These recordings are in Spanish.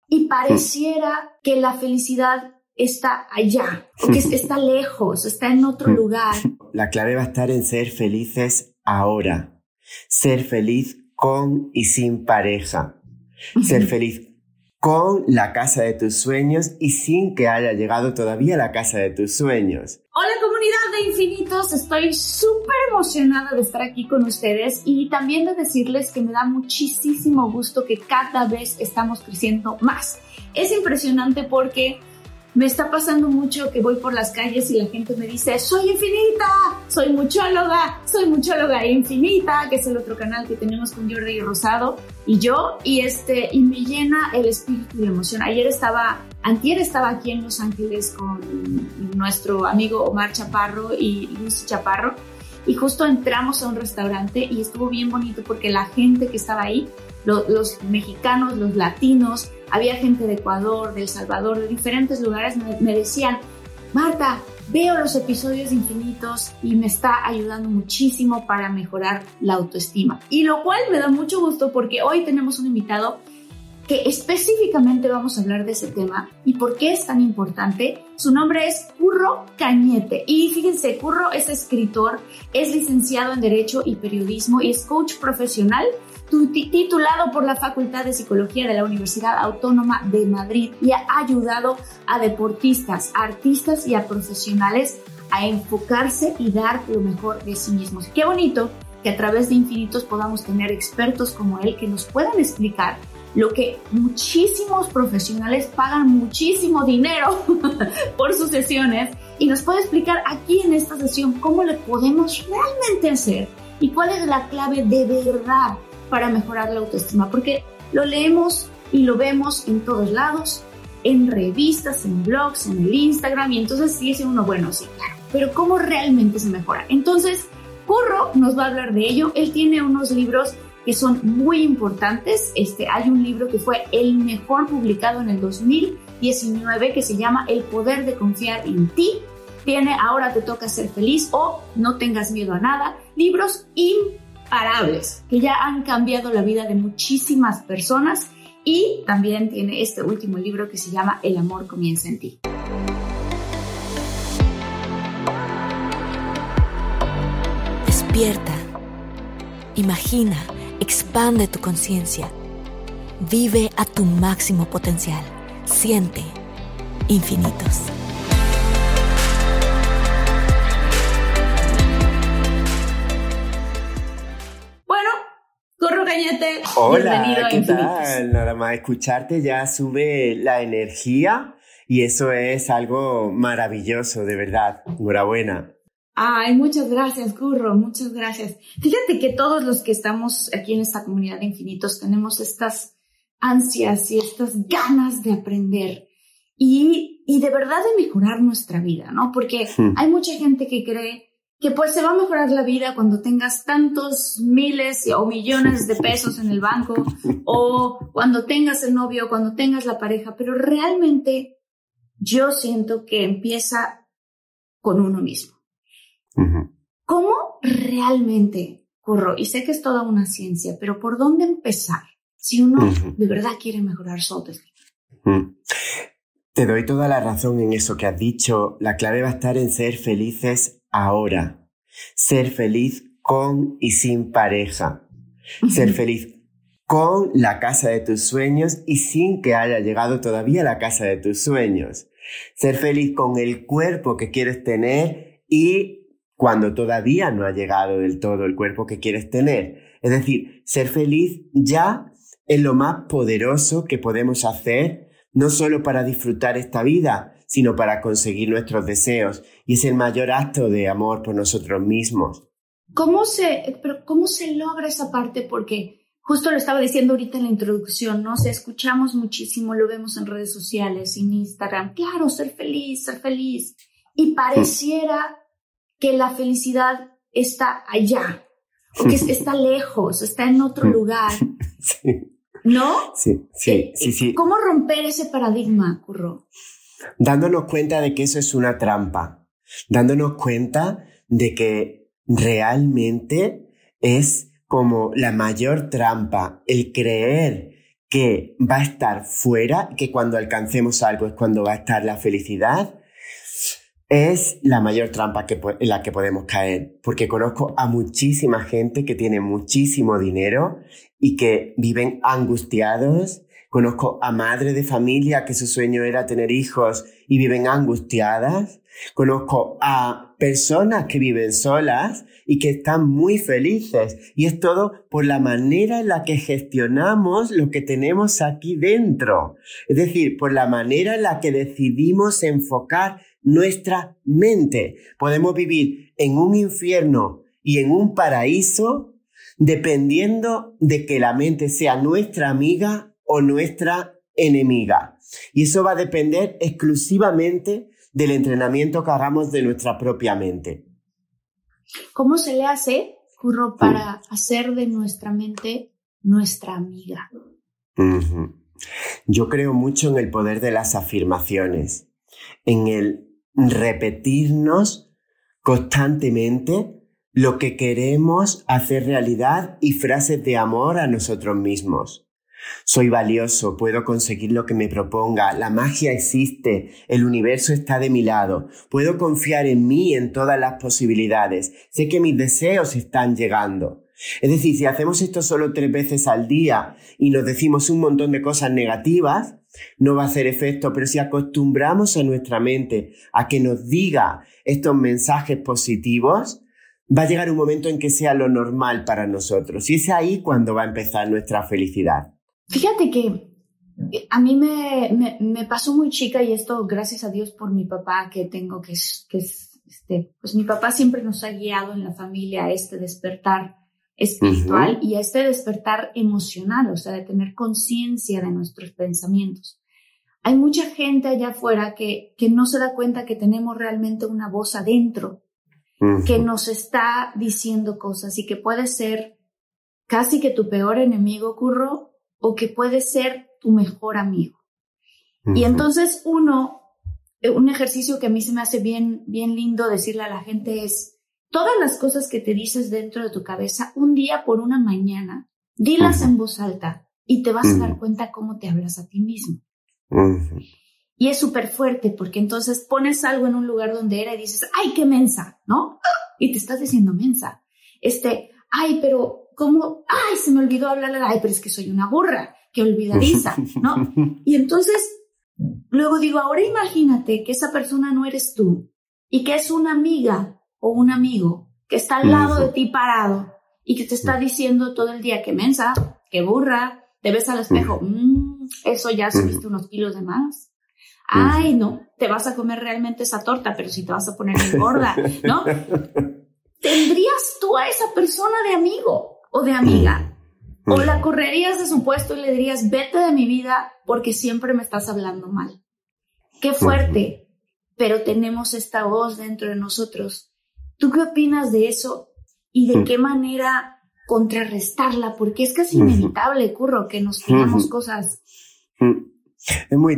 y pareciera que la felicidad está allá, o que está lejos, está en otro lugar. La clave va a estar en ser felices ahora. Ser feliz con y sin pareja. Ser feliz con la casa de tus sueños y sin que haya llegado todavía la casa de tus sueños. Hola comunidad de infinitos, estoy súper emocionada de estar aquí con ustedes y también de decirles que me da muchísimo gusto que cada vez estamos creciendo más. Es impresionante porque me está pasando mucho que voy por las calles y la gente me dice soy infinita, soy muchóloga infinita, que es el otro canal que tenemos con Jordi Rosado y yo, y me llena el espíritu y la emoción. Antier estaba aquí en Los Ángeles con nuestro amigo Omar Chaparro y Luis Chaparro y justo entramos a un restaurante y estuvo bien bonito porque la gente que estaba ahí, los mexicanos, los latinos, había gente de Ecuador, de El Salvador, de diferentes lugares, me decían, Marta, veo los episodios de Infinitos y me está ayudando muchísimo para mejorar la autoestima. Y lo cual me da mucho gusto porque hoy tenemos un invitado que específicamente vamos a hablar de ese tema y por qué es tan importante. Su nombre es Curro Cañete y fíjense, Curro es escritor, es licenciado en Derecho y Periodismo y es coach profesional titulado por la Facultad de Psicología de la Universidad Autónoma de Madrid y ha ayudado a deportistas, a artistas y a profesionales a enfocarse y dar lo mejor de sí mismos. Qué bonito que a través de Infinitos podamos tener expertos como él que nos puedan explicar lo que muchísimos profesionales pagan muchísimo dinero por sus sesiones y nos puede explicar aquí en esta sesión cómo le podemos realmente hacer y cuál es la clave de verdad para mejorar la autoestima, porque lo leemos y lo vemos en todos lados, en revistas, en blogs, en el Instagram, y entonces dice uno, bueno, sí, claro, pero ¿cómo realmente se mejora? Entonces, Curro nos va a hablar de ello. Él tiene unos libros que son muy importantes. Hay un libro que fue el mejor publicado en el 2019 que se llama El poder de confiar en ti. Tiene Ahora te toca ser feliz o No tengas miedo a nada. Libros imparables que ya han cambiado la vida de muchísimas personas. Y también tiene este último libro que se llama El amor comienza en ti. Despierta, imagina, expande tu conciencia, vive a tu máximo potencial, siente infinitos. Bueno, Curro Cañete, hola, bienvenido a ¿qué Infinitos. tal? Nada más escucharte ya sube la energía y eso es algo maravilloso, de verdad. Enhorabuena. Ay, muchas gracias, Curro, muchas gracias. Fíjate que todos los que estamos aquí en esta comunidad de infinitos tenemos estas ansias y estas ganas de aprender y de verdad de mejorar nuestra vida, ¿no? Porque hay mucha gente que cree que pues se va a mejorar la vida cuando tengas tantos miles o millones de pesos en el banco o cuando tengas el novio, cuando tengas la pareja, pero realmente yo siento que empieza con uno mismo. ¿Cómo realmente, Curro? Y sé que es toda una ciencia, pero ¿por dónde empezar si uno de verdad quiere mejorar su autoestima? Te doy toda la razón en eso que has dicho. La clave va a estar en ser felices ahora. Ser feliz con y sin pareja. Ser feliz con la casa de tus sueños y sin que haya llegado todavía la casa de tus sueños. Ser feliz con el cuerpo que quieres tener y cuando todavía no ha llegado del todo el cuerpo que quieres tener. Es decir, ser feliz ya es lo más poderoso que podemos hacer, no solo para disfrutar esta vida, sino para conseguir nuestros deseos. Y es el mayor acto de amor por nosotros mismos. ¿Cómo se logra esa parte? Porque justo lo estaba diciendo ahorita en la introducción, ¿no? Escuchamos muchísimo, lo vemos en redes sociales, en Instagram. Claro, ser feliz. Y pareciera que la felicidad está allá, o que está lejos, está en otro lugar. Sí. ¿No? Sí. ¿Cómo romper ese paradigma, Curro? Dándonos cuenta de que eso es una trampa. Dándonos cuenta de que realmente es como la mayor trampa el creer que va a estar fuera, que cuando alcancemos algo es cuando va a estar la felicidad, es la mayor trampa en la que podemos caer. Porque conozco a muchísima gente que tiene muchísimo dinero y que viven angustiados. Conozco a madres de familia que su sueño era tener hijos y viven angustiadas. Conozco a personas que viven solas y que están muy felices. Y es todo por la manera en la que gestionamos lo que tenemos aquí dentro. Es decir, por la manera en la que decidimos enfocar nuestra mente. Podemos vivir en un infierno y en un paraíso dependiendo de que la mente sea nuestra amiga o nuestra enemiga. Y eso va a depender exclusivamente del entrenamiento que hagamos de nuestra propia mente. ¿Cómo se le hace, Curro, para hacer de nuestra mente nuestra amiga? Yo creo mucho en el poder de las afirmaciones, en el repetirnos constantemente lo que queremos hacer realidad y frases de amor a nosotros mismos. Soy valioso, puedo conseguir lo que me proponga, la magia existe, el universo está de mi lado, puedo confiar en mí y en todas las posibilidades, sé que mis deseos están llegando. Es decir, si hacemos esto solo 3 veces al día y nos decimos un montón de cosas negativas, no va a hacer efecto, pero si acostumbramos a nuestra mente a que nos diga estos mensajes positivos, va a llegar un momento en que sea lo normal para nosotros y es ahí cuando va a empezar nuestra felicidad. Fíjate que a mí me pasó muy chica, y esto gracias a Dios por mi papá que tengo, pues mi papá siempre nos ha guiado en la familia a este despertar espiritual y a este despertar emocional, o sea, de tener conciencia de nuestros pensamientos. Hay mucha gente allá afuera que no se da cuenta que tenemos realmente una voz adentro que nos está diciendo cosas y que puede ser casi que tu peor enemigo, Curro, o que puede ser tu mejor amigo. Y entonces un ejercicio que a mí se me hace bien lindo decirle a la gente es, todas las cosas que te dices dentro de tu cabeza, un día por una mañana, dilas en voz alta y te vas a dar cuenta cómo te hablas a ti mismo. Y es súper fuerte porque entonces pones algo en un lugar donde era y dices, ¡ay, qué mensa! ¿No? Y te estás diciendo mensa. ¡Ay, pero cómo! ¡Ay, se me olvidó hablarle! ¡Ay, pero es que soy una burra! ¡Qué olvidadiza! ¿No? Y entonces, luego digo, ahora imagínate que esa persona no eres tú y que es una amiga o un amigo que está al lado de ti parado y que te está diciendo todo el día, ¡qué mensa! ¡Qué burra! Te ves al espejo, eso ya subiste unos kilos de más. Ay, no, te vas a comer realmente esa torta, pero si te vas a poner muy gorda, ¿no? ¿Tendrías tú a esa persona de amigo o de amiga? ¿O la correrías de su puesto y le dirías, vete de mi vida porque siempre me estás hablando mal? ¡Qué fuerte! Pero tenemos esta voz dentro de nosotros. ¿Tú qué opinas de eso? ¿Y de qué manera contrarrestarla? Porque es casi inevitable, Curro, que nos pidamos cosas. Es muy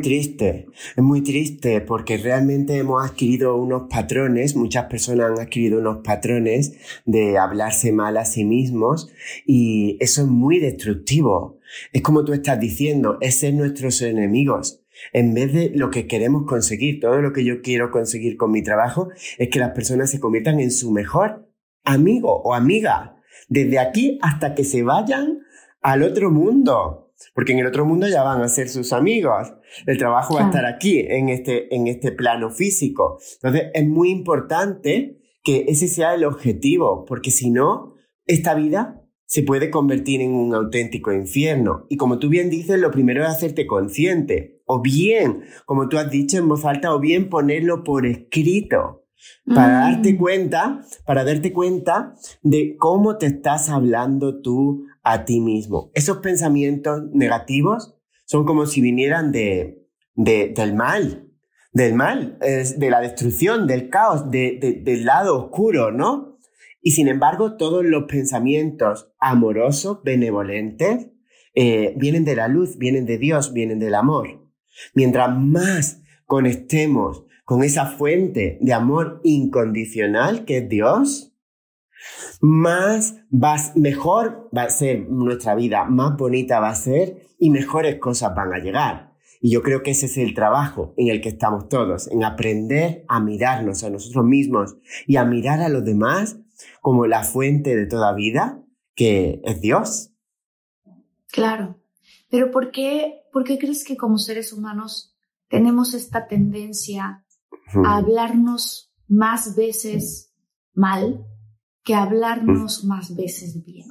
triste porque realmente hemos adquirido unos patrones, muchas personas han adquirido unos patrones de hablarse mal a sí mismos y eso es muy destructivo. Es como tú estás diciendo, es ser nuestros enemigos. En vez de lo que queremos conseguir, todo lo que yo quiero conseguir con mi trabajo es que las personas se conviertan en su mejor amigo o amiga, desde aquí hasta que se vayan al otro mundo. Porque en el otro mundo ya van a ser sus amigos. El trabajo va a estar aquí, en este plano físico. Entonces, es muy importante que ese sea el objetivo, porque si no, esta vida se puede convertir en un auténtico infierno. Y como tú bien dices, lo primero es hacerte consciente. O bien, como tú has dicho en voz alta, o bien ponerlo por escrito. Para darte cuenta de cómo te estás hablando tú a ti mismo. Esos pensamientos negativos son como si vinieran del mal, de la destrucción, del caos, del lado oscuro, ¿no? Y sin embargo, todos los pensamientos amorosos, benevolentes, vienen de la luz, vienen de Dios, vienen del amor. Mientras más conectemos con esa fuente de amor incondicional que es Dios, mejor va a ser nuestra vida, más bonita va a ser y mejores cosas van a llegar. Y yo creo que ese es el trabajo en el que estamos todos, en aprender a mirarnos a nosotros mismos y a mirar a los demás como la fuente de toda vida, que es Dios. Claro, pero ¿por qué crees que como seres humanos tenemos esta tendencia a hablarnos más veces mal que hablarnos más veces bien?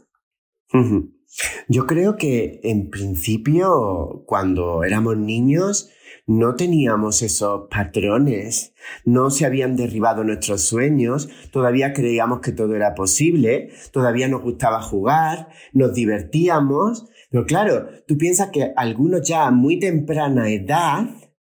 Yo creo que en principio, cuando éramos niños, no teníamos esos patrones, no se habían derribado nuestros sueños, todavía creíamos que todo era posible, todavía nos gustaba jugar, nos divertíamos, pero claro, tú piensas que algunos ya a muy temprana edad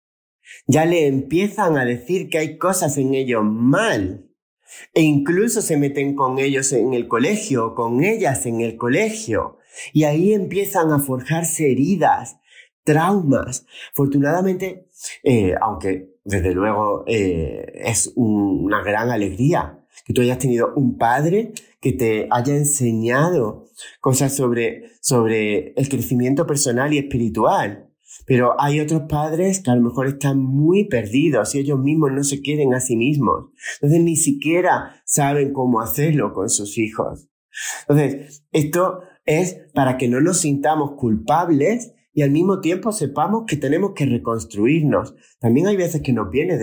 ya le empiezan a decir que hay cosas en ellos mal. E incluso se meten con ellos en el colegio, con ellas en el colegio. Y ahí empiezan a forjarse heridas, traumas. Afortunadamente, aunque desde luego es una gran alegría que tú hayas tenido un padre que te haya enseñado cosas sobre el crecimiento personal y espiritual. Pero hay otros padres que a lo mejor están muy perdidos y ellos mismos no se quieren a sí mismos. Entonces ni siquiera saben cómo hacerlo con sus hijos. Entonces, esto es para que no nos sintamos culpables y al mismo tiempo sepamos que tenemos que reconstruirnos. También hay veces que nos viene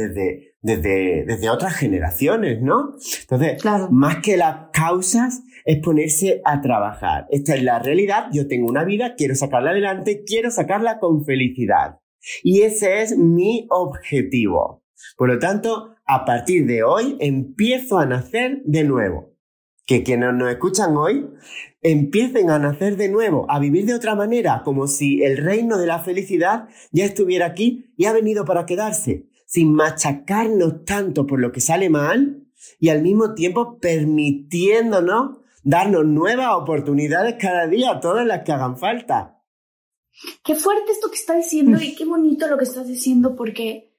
desde otras generaciones, ¿no? Entonces, claro, más que las causas es ponerse a trabajar. Esta es la realidad, yo tengo una vida, quiero sacarla adelante, quiero sacarla con felicidad. Y ese es mi objetivo. Por lo tanto, a partir de hoy empiezo a nacer de nuevo. Que quienes nos escuchan hoy empiecen a nacer de nuevo, a vivir de otra manera, como si el reino de la felicidad ya estuviera aquí y ha venido para quedarse, sin machacarnos tanto por lo que sale mal y al mismo tiempo permitiéndonos darnos nuevas oportunidades cada día, todas las que hagan falta. Qué fuerte esto que estás diciendo y qué bonito lo que estás diciendo, porque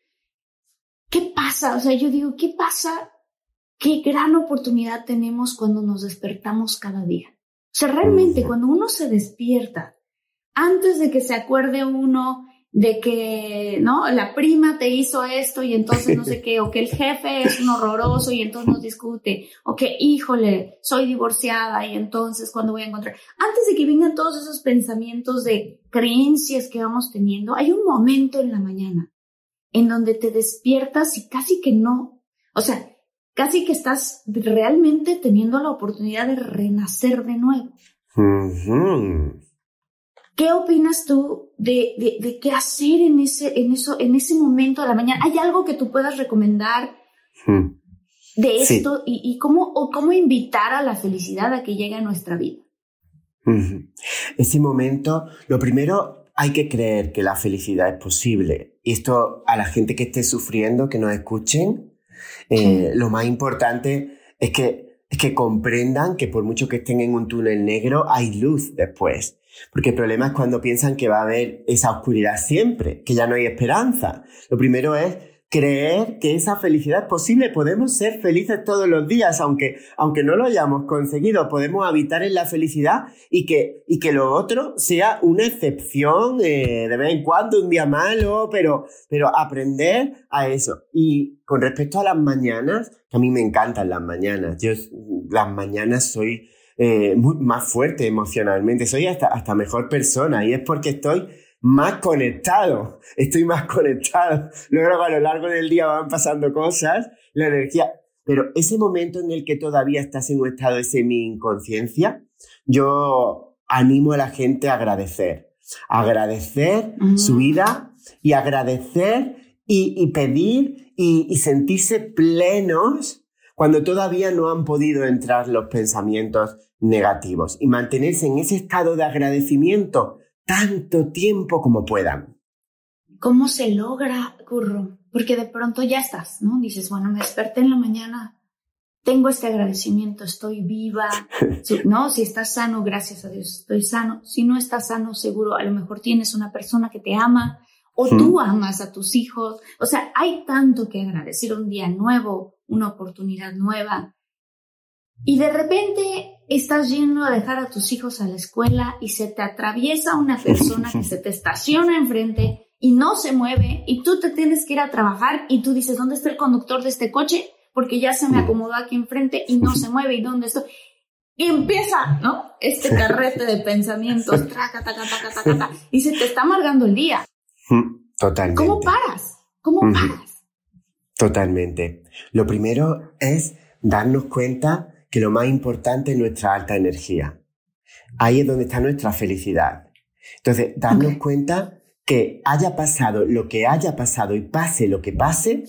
¿qué pasa? O sea, yo digo, ¿qué pasa? Qué gran oportunidad tenemos cuando nos despertamos cada día. O sea, realmente cuando uno se despierta, antes de que se acuerde uno de que, ¿no? La prima te hizo esto y entonces no sé qué, o que el jefe es un horroroso y entonces nos discute, o que, híjole, soy divorciada y entonces ¿cuándo voy a encontrar? Antes de que vengan todos esos pensamientos de creencias que vamos teniendo, hay un momento en la mañana en donde te despiertas y casi que no, o sea, casi que estás realmente teniendo la oportunidad de renacer de nuevo. ¿Qué opinas tú de qué hacer en ese momento de la mañana? ¿Hay algo que tú puedas recomendar de esto? Sí. ¿Y cómo invitar a la felicidad a que llegue a nuestra vida? Ese momento, lo primero, hay que creer que la felicidad es posible. Y esto a la gente que esté sufriendo, que nos escuchen, lo más importante es que comprendan que por mucho que estén en un túnel negro, hay luz después. Porque el problema es cuando piensan que va a haber esa oscuridad siempre, que ya no hay esperanza. Lo primero es creer que esa felicidad es posible. Podemos ser felices todos los días, aunque no lo hayamos conseguido. Podemos habitar en la felicidad y que lo otro sea una excepción de vez en cuando, un día malo, pero aprender a eso. Y con respecto a las mañanas, que a mí me encantan las mañanas. Yo las mañanas soy más fuerte emocionalmente, soy hasta mejor persona y es porque estoy más conectado. Luego a lo largo del día van pasando cosas, la energía, pero ese momento en el que todavía estás en un estado de semi-inconsciencia, yo animo a la gente a agradecer su vida y agradecer y pedir y sentirse plenos cuando todavía no han podido entrar los pensamientos negativos y mantenerse en ese estado de agradecimiento tanto tiempo como puedan. ¿Cómo se logra, Curro? Porque de pronto ya estás, ¿no? Dices, bueno, me desperté en la mañana, tengo este agradecimiento, estoy viva, ¿no? Si estás sano, gracias a Dios, estoy sano. Si no estás sano, seguro, a lo mejor tienes una persona que te ama o tú amas a tus hijos. O sea, hay tanto que agradecer, un día nuevo, una oportunidad nueva. Y de repente estás yendo a dejar a tus hijos a la escuela y se te atraviesa una persona que se te estaciona enfrente y no se mueve y tú te tienes que ir a trabajar y tú dices, ¿dónde está el conductor de este coche? Porque ya se me acomodó aquí enfrente y no se mueve. ¿Y dónde estoy? Y empieza, ¿no? Este carrete de pensamientos, traca, taca, taca, taca, taca, y se te está amargando el día. Totalmente. ¿Cómo paras? ¿Cómo paras? Totalmente. Lo primero es darnos cuenta que lo más importante es nuestra alta energía. Ahí es donde está nuestra felicidad. Entonces, darnos cuenta que haya pasado lo que haya pasado y pase lo que pase,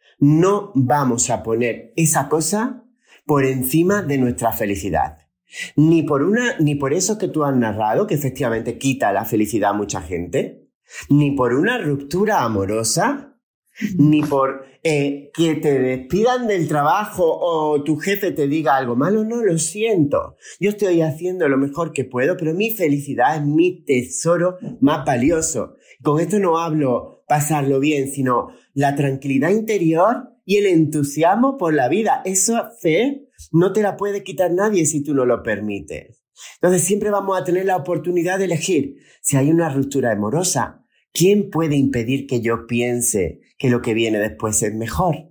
no vamos a poner esa cosa por encima de nuestra felicidad. Ni por eso que tú has narrado, que efectivamente quita la felicidad a mucha gente, ni por una ruptura amorosa, ni por que te despidan del trabajo o tu jefe te diga algo malo. No, lo siento. Yo estoy haciendo lo mejor que puedo, pero mi felicidad es mi tesoro más valioso. Con esto no hablo pasarlo bien, sino la tranquilidad interior y el entusiasmo por la vida. Esa fe no te la puede quitar nadie si tú no lo permites. Entonces siempre vamos a tener la oportunidad de elegir. Si hay una ruptura amorosa, ¿quién puede impedir que yo piense que lo que viene después es mejor?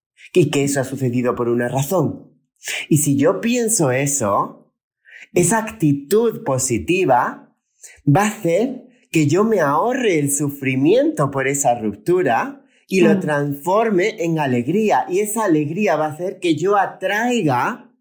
Y que eso ha sucedido por una razón. Y si yo pienso eso, esa actitud positiva va a hacer que yo me ahorre el sufrimiento por esa ruptura y lo transforme en alegría. Y esa alegría va a hacer que yo atraiga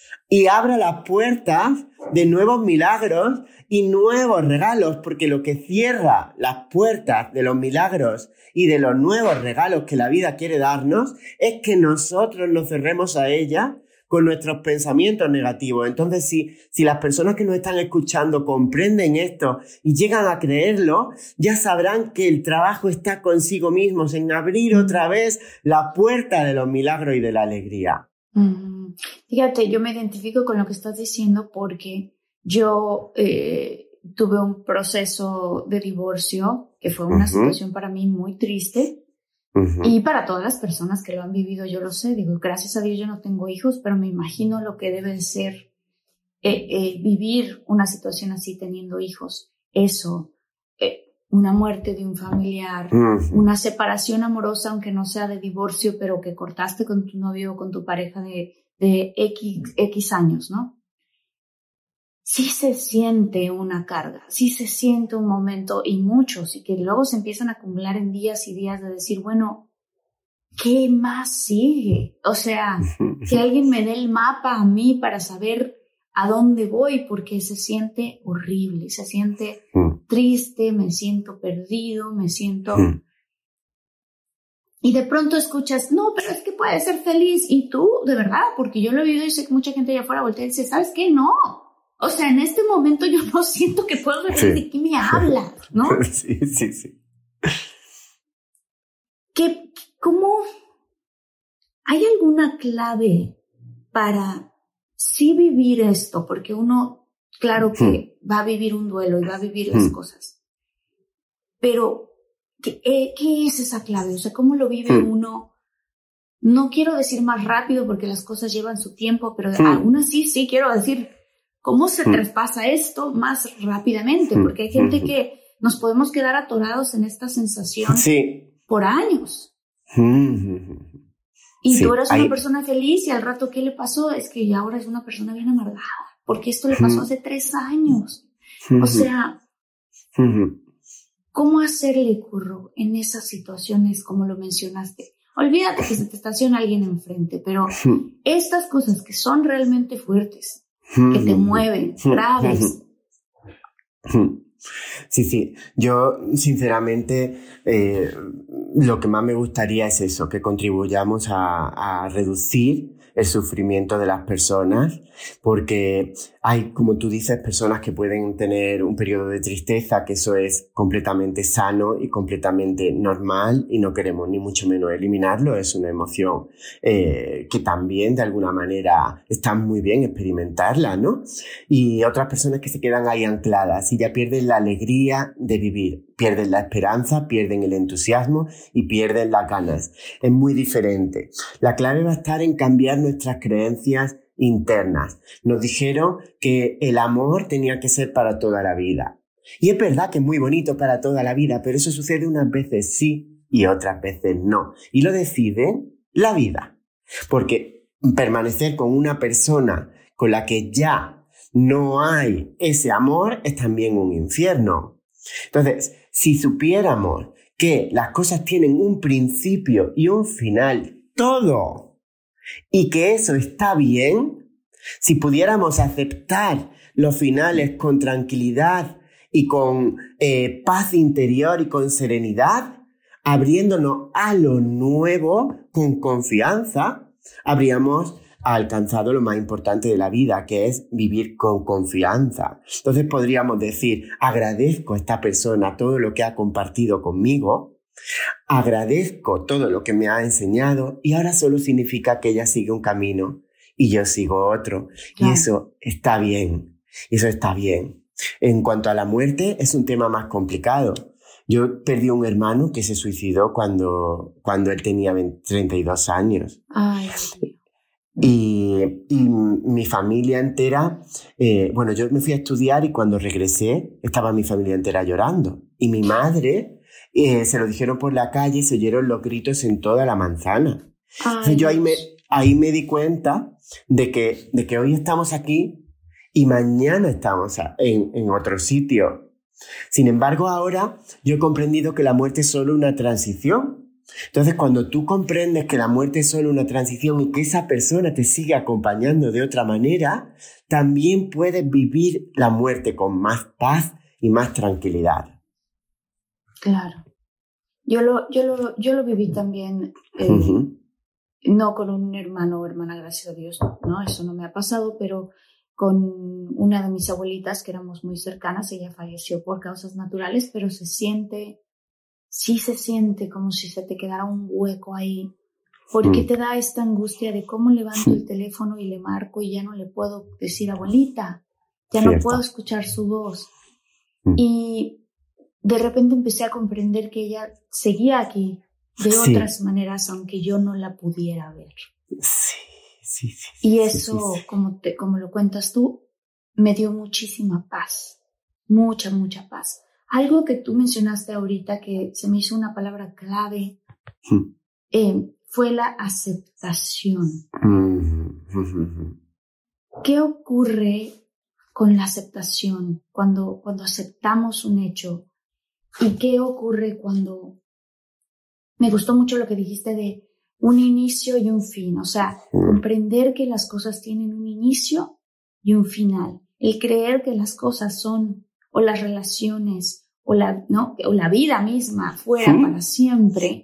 y abra las puertas de nuevos milagros y nuevos regalos, porque lo que cierra las puertas de los milagros y de los nuevos regalos que la vida quiere darnos es que nosotros nos cerremos a ella con nuestros pensamientos negativos. Entonces, si las personas que nos están escuchando comprenden esto y llegan a creerlo, ya sabrán que el trabajo está consigo mismos, en abrir otra vez la puerta de los milagros y de la alegría. Fíjate, yo me identifico con lo que estás diciendo porque yo tuve un proceso de divorcio que fue una situación para mí muy triste. Y para todas las personas que lo han vivido, yo lo sé, digo, gracias a Dios yo no tengo hijos, pero me imagino lo que debe ser vivir una situación así teniendo hijos. Eso, una muerte de un familiar, una separación amorosa, aunque no sea de divorcio, pero que cortaste con tu novio o con tu pareja de X años, ¿no? Sí se siente una carga, sí se siente un momento y muchos, y que luego se empiezan a acumular en días y días de decir, bueno, ¿qué más sigue? O sea, que alguien me dé el mapa a mí para saber a dónde voy, porque se siente horrible, se siente triste, me siento perdido, me siento... Y de pronto escuchas, no, pero es que puedes ser feliz. Y tú, de verdad, porque yo lo he vivido y sé que mucha gente allá afuera voltea y dice, ¿sabes qué? No. O sea, en este momento yo no siento que puedo decir de qué me hablas, ¿no? Sí. ¿Cómo? ¿Hay alguna clave para sí vivir esto? Porque uno, claro que va a vivir un duelo y va a vivir las cosas. Pero, ¿qué es esa clave? O sea, ¿cómo lo vive uno? No quiero decir más rápido porque las cosas llevan su tiempo, pero aún así sí quiero decir... ¿Cómo se traspasa esto más rápidamente? Porque hay gente que nos podemos quedar atorados en esta sensación por años. Y tú eras una persona feliz y al rato, ¿qué le pasó? Es que ahora es una persona bien amargada. Porque esto le pasó hace 3 años. O sea, ¿cómo hacerle, Curro, en esas situaciones como lo mencionaste? Olvídate que se te estaciona alguien enfrente, pero estas cosas que son realmente fuertes, que te mueven, graves. Sí. Yo, sinceramente, lo que más me gustaría es eso, que contribuyamos a reducir el sufrimiento de las personas, porque hay, como tú dices, personas que pueden tener un periodo de tristeza, que eso es completamente sano y completamente normal y no queremos ni mucho menos eliminarlo, es una emoción que también de alguna manera está muy bien experimentarla, ¿no? Y otras personas que se quedan ahí ancladas y ya pierden la alegría de vivir, pierden la esperanza, pierden el entusiasmo y pierden las ganas. Es muy diferente. La clave va a estar en cambiar nuestras creencias internas. Nos dijeron que el amor tenía que ser para toda la vida. Y es verdad que es muy bonito para toda la vida, pero eso sucede unas veces sí y otras veces no. Y lo decide la vida. Porque permanecer con una persona con la que ya no hay ese amor es también un infierno. Entonces, si supiéramos que las cosas tienen un principio y un final, todo, y que eso está bien, si pudiéramos aceptar los finales con tranquilidad y con paz interior y con serenidad, abriéndonos a lo nuevo con confianza, habríamos alcanzado lo más importante de la vida, que es vivir con confianza. Entonces podríamos decir, agradezco a esta persona todo lo que ha compartido conmigo, agradezco todo lo que me ha enseñado y ahora solo significa que ella sigue un camino y yo sigo otro. Claro. Y eso está bien, eso está bien. En cuanto a la muerte, es un tema más complicado. Yo perdí un hermano que se suicidó cuando él tenía 32 años. Ay. Y mi familia entera, yo me fui a estudiar y cuando regresé estaba mi familia entera llorando. Y mi madre, se lo dijeron por la calle y se oyeron los gritos en toda la manzana. Entonces yo ahí me di cuenta de que hoy estamos aquí y mañana estamos en otro sitio. Sin embargo, ahora yo he comprendido que la muerte es solo una transición. Entonces, cuando tú comprendes que la muerte es solo una transición y que esa persona te sigue acompañando de otra manera, también puedes vivir la muerte con más paz y más tranquilidad. Claro. Yo lo viví también, no con un hermano o hermana, gracias a Dios, no, eso no me ha pasado, pero con una de mis abuelitas que éramos muy cercanas. Ella falleció por causas naturales, pero sí se siente como si se te quedara un hueco ahí, porque te da esta angustia de cómo levanto el teléfono y le marco y ya no le puedo decir abuelita, ya no puedo escuchar su voz. Y de repente empecé a comprender que ella seguía aquí de otras maneras, aunque yo no la pudiera ver. Sí. Y eso, como lo cuentas tú, me dio muchísima paz, mucha paz. Algo que tú mencionaste ahorita que se me hizo una palabra clave fue la aceptación. ¿Qué ocurre con la aceptación cuando aceptamos un hecho? ¿Y qué ocurre cuando... Me gustó mucho lo que dijiste de un inicio y un fin. O sea, comprender que las cosas tienen un inicio y un final. El creer que las cosas son... o las relaciones, o la vida misma fuera para siempre,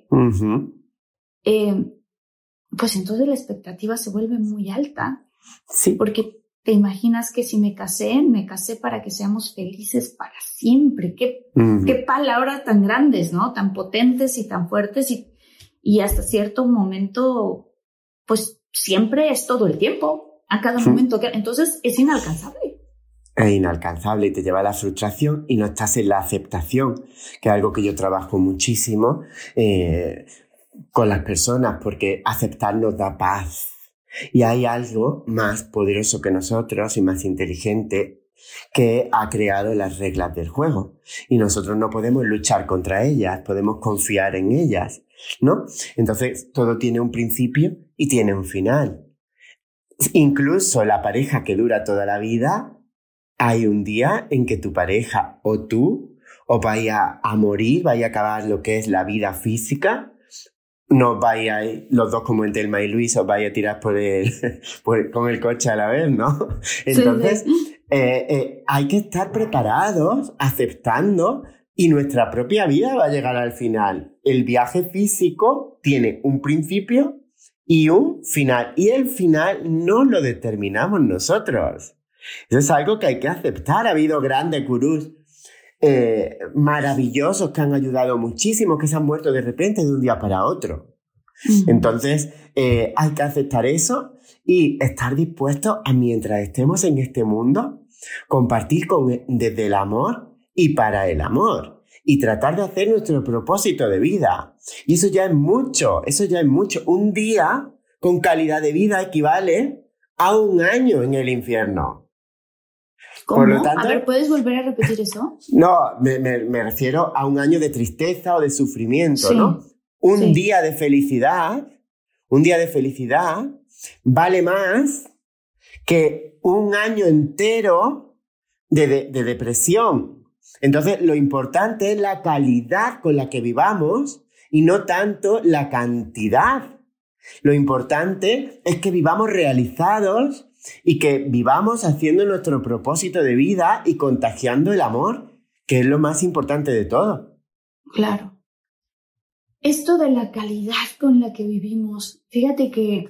pues entonces la expectativa se vuelve muy alta. Sí. Porque te imaginas que si me casé para que seamos felices para siempre. Qué palabras tan grandes, ¿no? Tan potentes y tan fuertes y hasta cierto momento, pues siempre es todo el tiempo, a cada momento. Entonces es inalcanzable. Es inalcanzable y te lleva a la frustración y no estás en la aceptación, que es algo que yo trabajo muchísimo con las personas, porque aceptar nos da paz. Y hay algo más poderoso que nosotros y más inteligente que ha creado las reglas del juego. Y nosotros no podemos luchar contra ellas, podemos confiar en ellas, ¿no? Entonces, todo tiene un principio y tiene un final. Incluso la pareja que dura toda la vida... Hay un día en que tu pareja o tú os vaya a morir, vaya a acabar lo que es la vida física, no vayáis los dos como en Thelma y Luis, os vaya a tirar con el coche a la vez, ¿no? Entonces, hay que estar preparados, aceptando, y nuestra propia vida va a llegar al final. El viaje físico tiene un principio y un final, y el final no lo determinamos nosotros. Eso es algo que hay que aceptar. Ha habido grandes gurús maravillosos que han ayudado muchísimo, que se han muerto de repente de un día para otro. Entonces, hay que aceptar eso y estar dispuestos a, mientras estemos en este mundo, compartir desde el amor y para el amor. Y tratar de hacer nuestro propósito de vida. Y eso ya es mucho, Un día con calidad de vida equivale a un año en el infierno. ¿Cómo? Por lo tanto, a ver, ¿puedes volver a repetir eso? No, me refiero a un año de tristeza o de sufrimiento, Sí, ¿no? sí. Un día de felicidad vale más que un año entero de depresión. Entonces, lo importante es la calidad con la que vivamos y no tanto la cantidad. Lo importante es que vivamos realizados y que vivamos haciendo nuestro propósito de vida y contagiando el amor, que es lo más importante de todo. Claro. Esto de la calidad con la que vivimos, fíjate que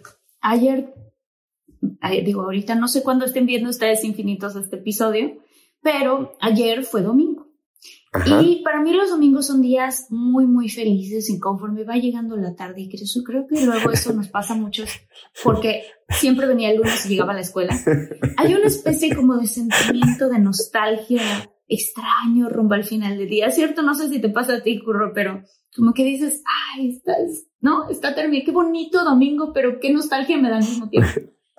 ahorita no sé cuándo estén viendo ustedes Infinitos este episodio, pero ayer fue domingo. Ajá. Y para mí los domingos son días muy, muy felices y conforme va llegando la tarde, y creo que luego eso nos pasa a muchos porque siempre venía el lunes y llegaba a la escuela. Hay una especie como de sentimiento de nostalgia extraño rumbo al final del día, ¿cierto? No sé si te pasa a ti, Curro, pero como que dices, ay, está terminado, qué bonito domingo, pero qué nostalgia me da al mismo tiempo.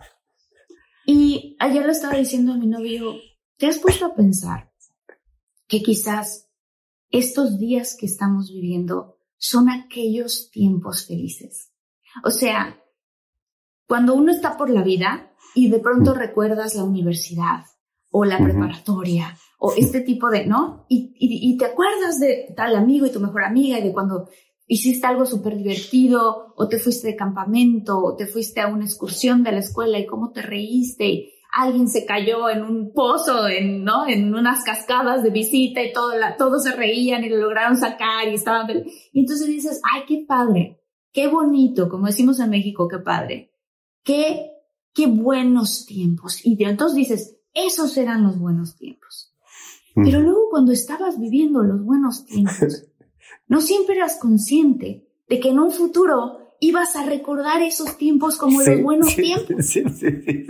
Y ayer le estaba diciendo a mi novio, ¿te has puesto a pensar que quizás estos días que estamos viviendo son aquellos tiempos felices? O sea, cuando uno está por la vida y de pronto recuerdas la universidad o la preparatoria o este tipo de, ¿no? Y te acuerdas de tal amigo y tu mejor amiga y de cuando hiciste algo súper divertido o te fuiste de campamento o te fuiste a una excursión de la escuela y cómo te reíste y alguien se cayó en un pozo, en unas cascadas de visita y todos se reían y lo lograron sacar y estaban... Y entonces dices, ay, qué padre, qué bonito, como decimos en México, qué padre, qué buenos tiempos. Y entonces dices, esos eran los buenos tiempos. Pero luego cuando estabas viviendo los buenos tiempos, no siempre eras consciente de que en un futuro ibas a recordar esos tiempos como los buenos tiempos. Sí. ¿Y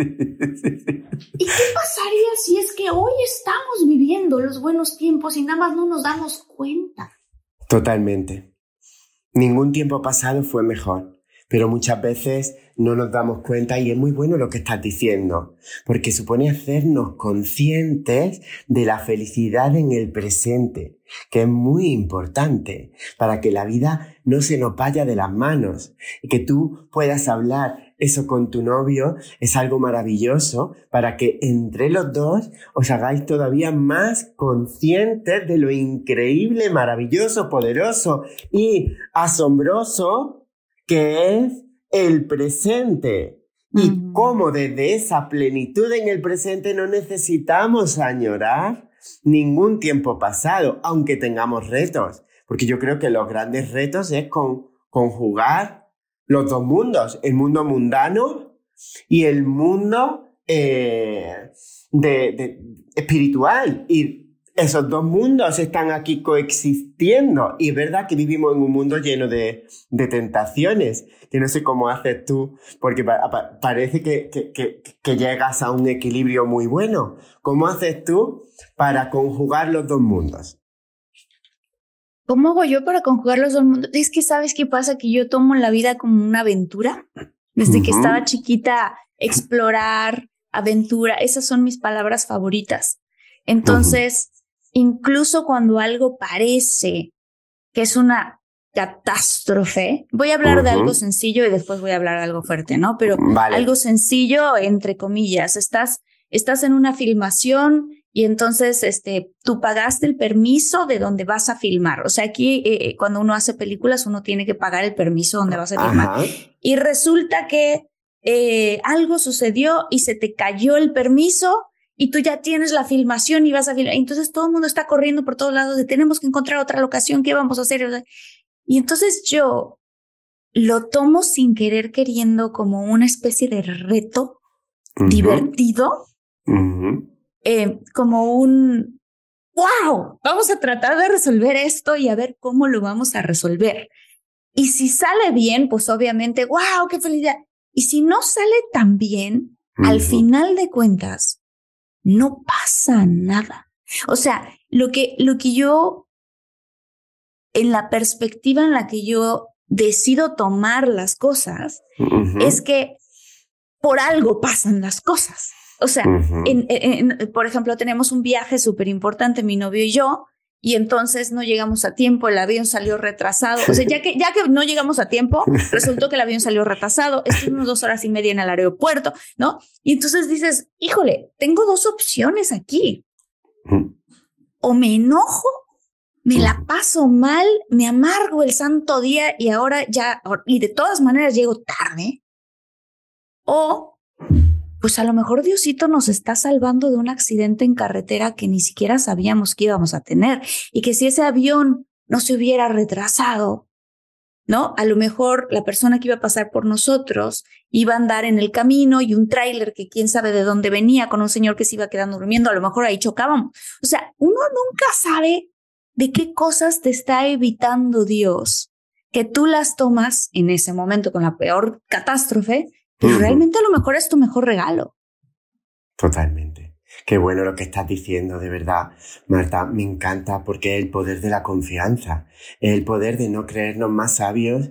qué pasaría si es que hoy estamos viviendo los buenos tiempos y nada más no nos damos cuenta? Totalmente. Ningún tiempo pasado fue mejor, pero muchas veces no nos damos cuenta y es muy bueno lo que estás diciendo, porque supone hacernos conscientes de la felicidad en el presente, que es muy importante para que la vida no se nos vaya de las manos y que tú puedas hablar eso con tu novio es algo maravilloso para que entre los dos os hagáis todavía más conscientes de lo increíble, maravilloso, poderoso y asombroso que es el presente y cómo desde esa plenitud en el presente no necesitamos añorar ningún tiempo pasado, aunque tengamos retos, porque yo creo que los grandes retos es conjugar los dos mundos, el mundo mundano y el mundo espiritual, y esos dos mundos están aquí coexistiendo. Y es verdad que vivimos en un mundo lleno de tentaciones, que no sé cómo haces tú, porque parece que llegas a un equilibrio muy bueno. ¿Cómo haces tú para conjugar los dos mundos? ¿Cómo hago yo para conjugar los dos mundos? Es que, ¿sabes qué pasa? Que yo tomo la vida como una aventura. Desde que estaba chiquita, explorar, aventura, esas son mis palabras favoritas. Entonces... incluso cuando algo parece que es una catástrofe, voy a hablar de algo sencillo y después voy a hablar de algo fuerte, ¿no? Pero algo sencillo, entre comillas, estás en una filmación y entonces tú pagaste el permiso de donde vas a filmar. O sea, aquí cuando uno hace películas uno tiene que pagar el permiso donde vas a filmar. Y resulta que algo sucedió y se te cayó el permiso y tú ya tienes la filmación y vas a filmar. Entonces todo el mundo está corriendo por todos lados de tenemos que encontrar otra locación, ¿qué vamos a hacer? Y entonces yo lo tomo sin querer queriendo como una especie de reto divertido, como un ¡wow! Vamos a tratar de resolver esto y a ver cómo lo vamos a resolver. Y si sale bien, pues obviamente ¡wow! ¡Qué felicidad! Y si no sale tan bien, al final de cuentas, no pasa nada. O sea, lo que yo, en la perspectiva en la que yo decido tomar las cosas, es que por algo pasan las cosas. O sea, por ejemplo, tenemos un viaje súper importante, mi novio y yo, y entonces no llegamos a tiempo, el avión salió retrasado. O sea, ya que no llegamos a tiempo, resultó que el avión salió retrasado, estuvimos 2 horas y media en el aeropuerto, ¿no? Y entonces dices, híjole, tengo 2 opciones aquí. O me enojo, me la paso mal, me amargo el santo día y ahora ya, y de todas maneras llego tarde. O pues a lo mejor Diosito nos está salvando de un accidente en carretera que ni siquiera sabíamos que íbamos a tener, y que si ese avión no se hubiera retrasado, ¿no? A lo mejor la persona que iba a pasar por nosotros iba a andar en el camino y un tráiler que quién sabe de dónde venía con un señor que se iba quedando durmiendo, a lo mejor ahí chocábamos. O sea, uno nunca sabe de qué cosas te está evitando Dios, que tú las tomas en ese momento con la peor catástrofe. Pero realmente a lo mejor es tu mejor regalo. Totalmente. Qué bueno lo que estás diciendo, de verdad, Marta. Me encanta porque es el poder de la confianza, es el poder de no creernos más sabios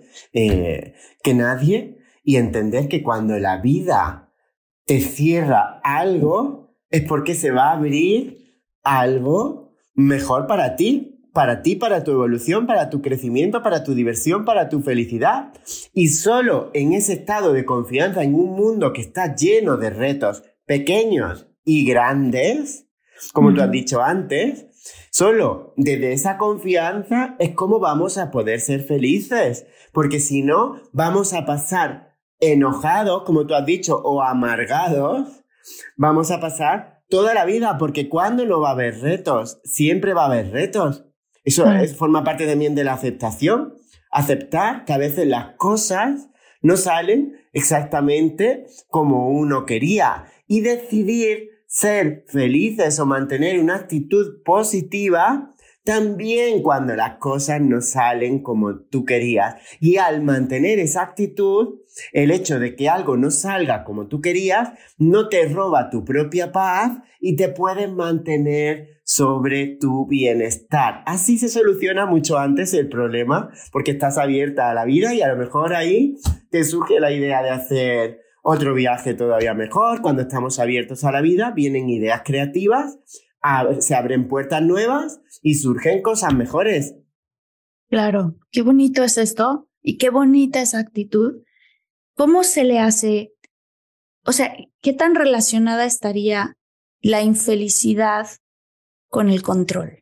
que nadie, y entender que cuando la vida te cierra algo es porque se va a abrir algo mejor para ti, para tu evolución, para tu crecimiento, para tu diversión, para tu felicidad. Y solo en ese estado de confianza, en un mundo que está lleno de retos pequeños y grandes, como tú has dicho antes, solo desde esa confianza es como vamos a poder ser felices. Porque si no, vamos a pasar enojados, como tú has dicho, o amargados. Vamos a pasar toda la vida, porque ¿cuándo no va a haber retos? Siempre va a haber retos. Eso forma parte también de la aceptación. Aceptar que a veces las cosas no salen exactamente como uno quería, y decidir ser felices o mantener una actitud positiva también cuando las cosas no salen como tú querías. Y al mantener esa actitud, el hecho de que algo no salga como tú querías no te roba tu propia paz y te puedes mantener sobre tu bienestar. Así se soluciona mucho antes el problema, porque estás abierta a la vida, y a lo mejor ahí te surge la idea de hacer otro viaje todavía mejor. Cuando estamos abiertos a la vida, vienen ideas creativas, se abren puertas nuevas y surgen cosas mejores. Claro, qué bonito es esto y qué bonita esa actitud. ¿Cómo se le hace? O sea, ¿qué tan relacionada estaría la infelicidad con el control?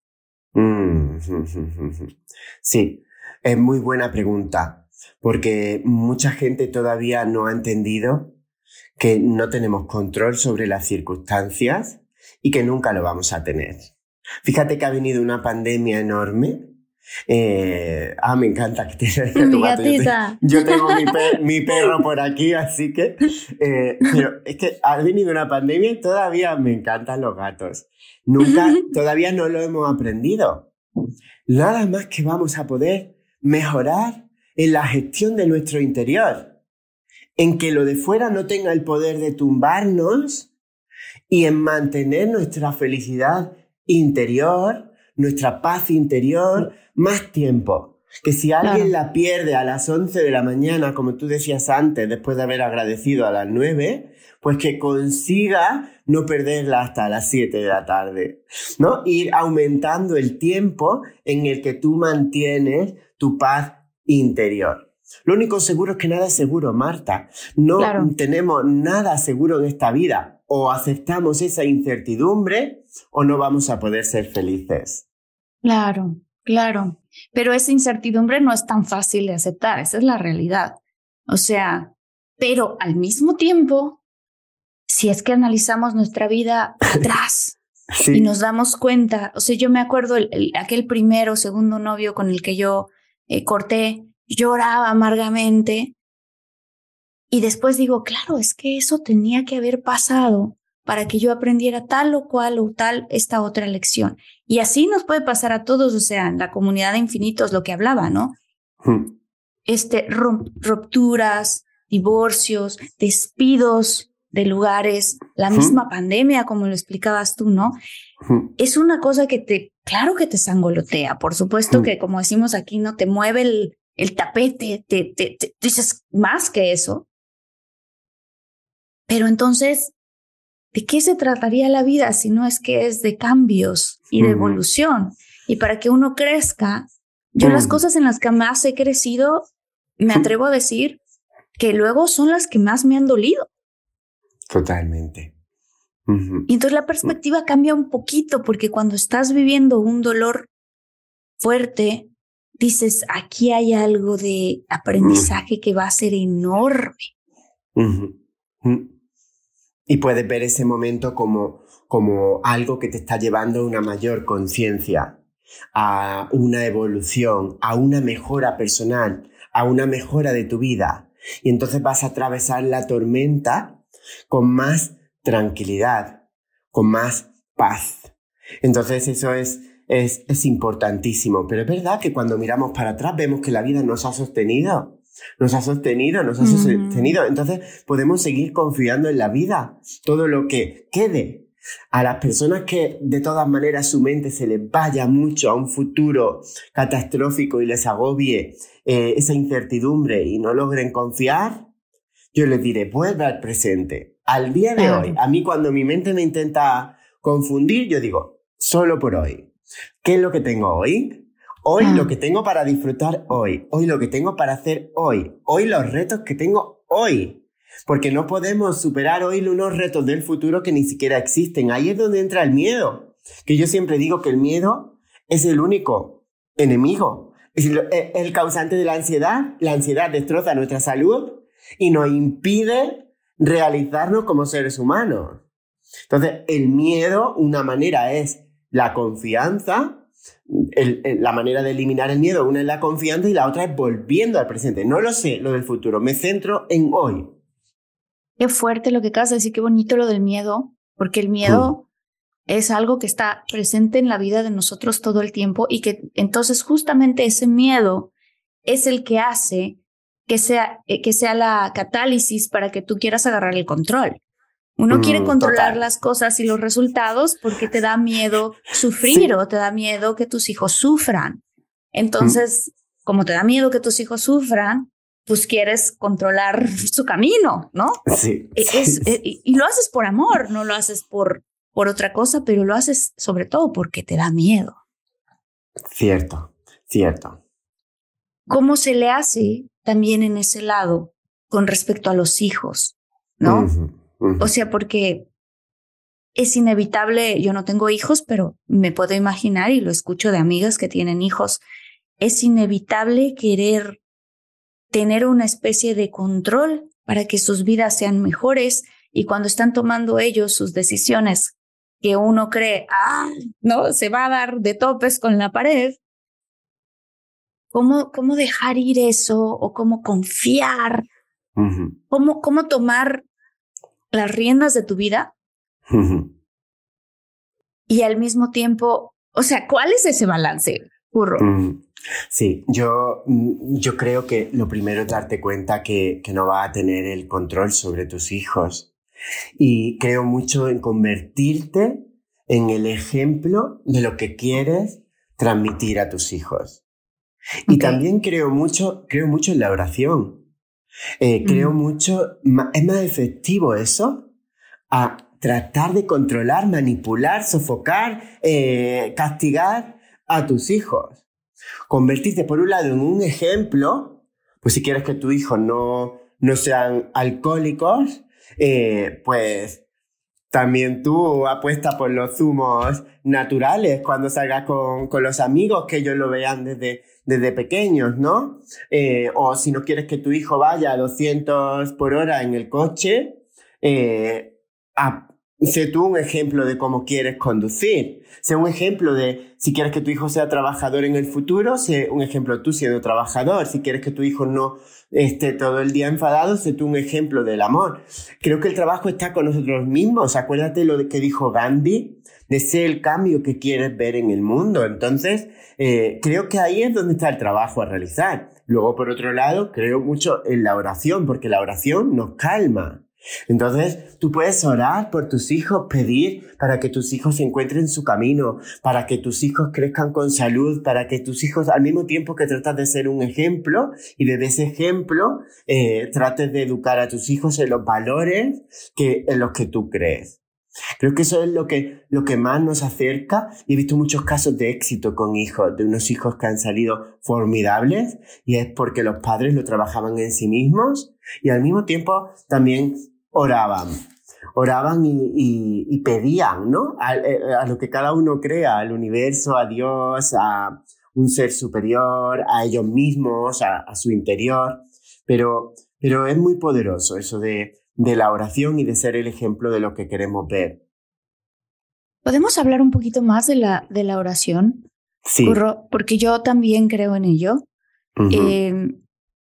Sí, es muy buena pregunta, porque mucha gente todavía no ha entendido que no tenemos control sobre las circunstancias y que nunca lo vamos a tener. Fíjate que ha venido una pandemia enorme. Me encanta que tienes a tu gato. Yo tengo mi perro por aquí, así que... pero es que ha venido una pandemia y todavía me encantan los gatos. Todavía no lo hemos aprendido. Nada más que vamos a poder mejorar en la gestión de nuestro interior, en que lo de fuera no tenga el poder de tumbarnos, y en mantener nuestra felicidad interior, nuestra paz interior, más tiempo. Que si alguien la pierde a las 11 de la mañana, como tú decías antes, después de haber agradecido a las 9, pues que consiga no perderla hasta las 7 de la tarde, ¿no? Ir aumentando el tiempo en el que tú mantienes tu paz interior. Lo único seguro es que nada es seguro, Marta. No tenemos nada seguro en esta vida. O aceptamos esa incertidumbre o no vamos a poder ser felices. Claro. Pero esa incertidumbre no es tan fácil de aceptar, esa es la realidad. O sea, pero al mismo tiempo, si es que analizamos nuestra vida atrás y nos damos cuenta, o sea, yo me acuerdo aquel primero o segundo novio con el que yo corté, lloraba amargamente. Y después digo, claro, es que eso tenía que haber pasado para que yo aprendiera tal o cual o tal esta otra lección. Y así nos puede pasar a todos, o sea, en la comunidad de infinitos, lo que hablaba, ¿no? Rupturas, divorcios, despidos de lugares, la misma pandemia, como lo explicabas tú, ¿no? Es una cosa que claro que te sangolotea, por supuesto que, como decimos aquí, no te mueve el tapete, te dices más que eso. Pero entonces, ¿de qué se trataría la vida si no es que es de cambios y de evolución? Y para que uno crezca, yo las cosas en las que más he crecido, me atrevo a decir que luego son las que más me han dolido. Totalmente. Y entonces la perspectiva cambia un poquito, porque cuando estás viviendo un dolor fuerte, dices, aquí hay algo de aprendizaje que va a ser enorme. Y puedes ver ese momento como algo que te está llevando a una mayor conciencia, a una evolución, a una mejora personal, a una mejora de tu vida. Y entonces vas a atravesar la tormenta con más tranquilidad, con más paz. Entonces eso es importantísimo. Pero es verdad que cuando miramos para atrás vemos que la vida nos ha sostenido. Entonces podemos seguir confiando en la vida. Todo lo que quede. A las personas que de todas maneras su mente se les vaya mucho a un futuro catastrófico y les agobie esa incertidumbre y no logren confiar, yo les diré, vuelve al presente. Al día de hoy, a mí cuando mi mente me intenta confundir, yo digo, solo por hoy. ¿Qué es lo que tengo hoy? Hoy lo que tengo para disfrutar hoy. Hoy lo que tengo para hacer hoy. Hoy los retos que tengo hoy. Porque no podemos superar hoy unos retos del futuro que ni siquiera existen. Ahí es donde entra el miedo. Que yo siempre digo que el miedo es el único enemigo. Es el causante de la ansiedad. La ansiedad destroza nuestra salud y nos impide realizarnos como seres humanos. Entonces, el miedo, una manera es la confianza. La manera de eliminar el miedo, una es la confianza y la otra es volviendo al presente. No lo sé, lo del futuro. Me centro en hoy. Qué fuerte lo que acabas de decir, qué bonito lo del miedo, porque el miedo es algo que está presente en la vida de nosotros todo el tiempo y que entonces justamente ese miedo es el que hace que sea la catálisis para que tú quieras agarrar el control. Uno quiere controlar las cosas y los resultados porque te da miedo sufrir o te da miedo que tus hijos sufran. Entonces, como te da miedo que tus hijos sufran, pues quieres controlar su camino, ¿no? Sí. Y lo haces por amor, no lo haces por otra cosa, pero lo haces sobre todo porque te da miedo. Cierto. ¿Cómo se le hace también en ese lado con respecto a los hijos, no? O sea, porque es inevitable, yo no tengo hijos, pero me puedo imaginar y lo escucho de amigas que tienen hijos, es inevitable querer tener una especie de control para que sus vidas sean mejores y cuando están tomando ellos sus decisiones que uno cree, no, se va a dar de topes con la pared, ¿cómo dejar ir eso o cómo confiar? ¿Cómo tomar las riendas de tu vida y al mismo tiempo, o sea, ¿cuál es ese balance, Curro? Sí, yo creo que lo primero es darte cuenta que no vas a tener el control sobre tus hijos y creo mucho en convertirte en el ejemplo de lo que quieres transmitir a tus hijos. Y también creo mucho en la oración. Creo mucho, es más efectivo eso a tratar de controlar, manipular, sofocar, castigar a tus hijos. Convertirte por un lado en un ejemplo, pues si quieres que tus hijos no sean alcohólicos, pues también tú apuestas por los zumos naturales cuando salgas con los amigos, que ellos lo vean desde pequeños, ¿no? O si no quieres que tu hijo vaya a 200 por hora en el coche, sé tú un ejemplo de cómo quieres conducir. Sé un ejemplo de, si quieres que tu hijo sea trabajador en el futuro, sé un ejemplo tú siendo trabajador. Si quieres que tu hijo no esté todo el día enfadado, sé tú un ejemplo del amor. Creo que el trabajo está con nosotros mismos. Acuérdate lo que dijo Gandhi, de ser el cambio que quieres ver en el mundo. Entonces, creo que ahí es donde está el trabajo a realizar. Luego, por otro lado, creo mucho en la oración, porque la oración nos calma. Entonces, tú puedes orar por tus hijos, pedir para que tus hijos encuentren su camino, para que tus hijos crezcan con salud, para que tus hijos, al mismo tiempo que tratas de ser un ejemplo, y desde ese ejemplo trates de educar a tus hijos en los valores en los que tú crees. Creo que eso es lo que más nos acerca, y he visto muchos casos de éxito con hijos, de unos hijos que han salido formidables, y es porque los padres lo trabajaban en sí mismos y al mismo tiempo también oraban y pedían, ¿no? A lo que cada uno crea, al universo, a Dios, a un ser superior, a ellos mismos, a su interior, pero es muy poderoso eso de la oración y de ser el ejemplo de lo que queremos ver. ¿Podemos hablar un poquito más de la oración? Sí. Curro, porque yo también creo en ello. Uh-huh.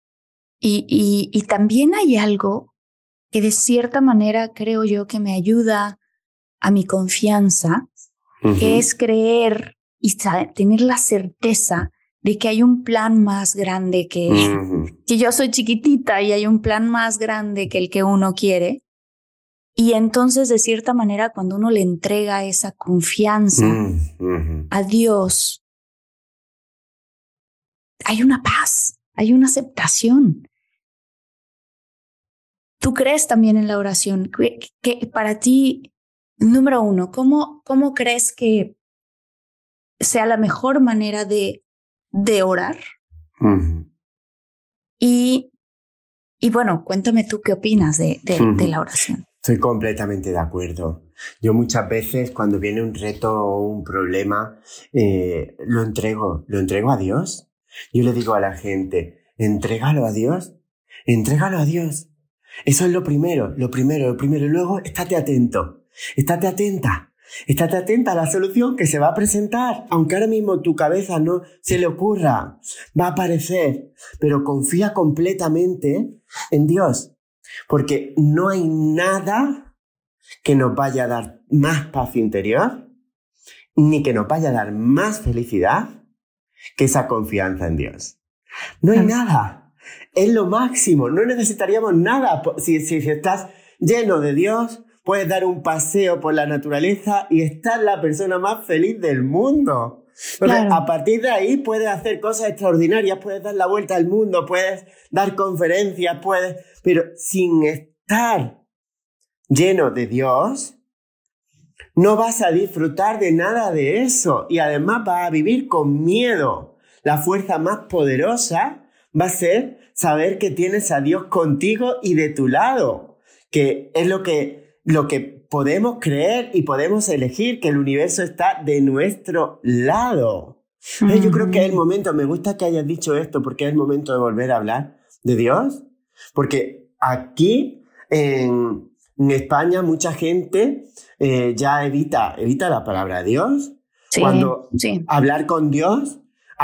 Y también hay algo que de cierta manera creo yo que me ayuda a mi confianza, Uh-huh. que es creer y tener la certeza de que hay un plan más grande Uh-huh. que yo soy chiquitita y hay un plan más grande que el que uno quiere. Y entonces, de cierta manera, cuando uno le entrega esa confianza Uh-huh. a Dios, hay una paz, hay una aceptación. ¿Tú crees también en la oración? Que para ti, número uno, ¿cómo crees que sea la mejor manera de orar? Uh-huh. Y bueno, cuéntame tú qué opinas de la oración. Estoy completamente de acuerdo. Yo muchas veces cuando viene un reto o un problema, lo entrego a Dios. Yo le digo a la gente, entrégalo a Dios. Eso es lo primero. Y luego estate atento, estate atenta a la solución que se va a presentar. Aunque ahora mismo tu cabeza no se le ocurra, va a aparecer. Pero confía completamente en Dios. Porque no hay nada que nos vaya a dar más paz interior, ni que nos vaya a dar más felicidad que esa confianza en Dios. No hay nada. Es lo máximo. No necesitaríamos nada. Si estás lleno de Dios, puedes dar un paseo por la naturaleza y estar la persona más feliz del mundo. Entonces, Claro. A partir de ahí puedes hacer cosas extraordinarias, puedes dar la vuelta al mundo, puedes dar conferencias, pero sin estar lleno de Dios, no vas a disfrutar de nada de eso y además vas a vivir con miedo. La fuerza más poderosa va a ser saber que tienes a Dios contigo y de tu lado, que es lo que podemos creer y podemos elegir, que el universo está de nuestro lado. Yo creo que es el momento, me gusta que hayas dicho esto, porque es el momento de volver a hablar de Dios, porque aquí en España mucha gente ya evita la palabra Dios. Sí, Cuando sí. hablar con Dios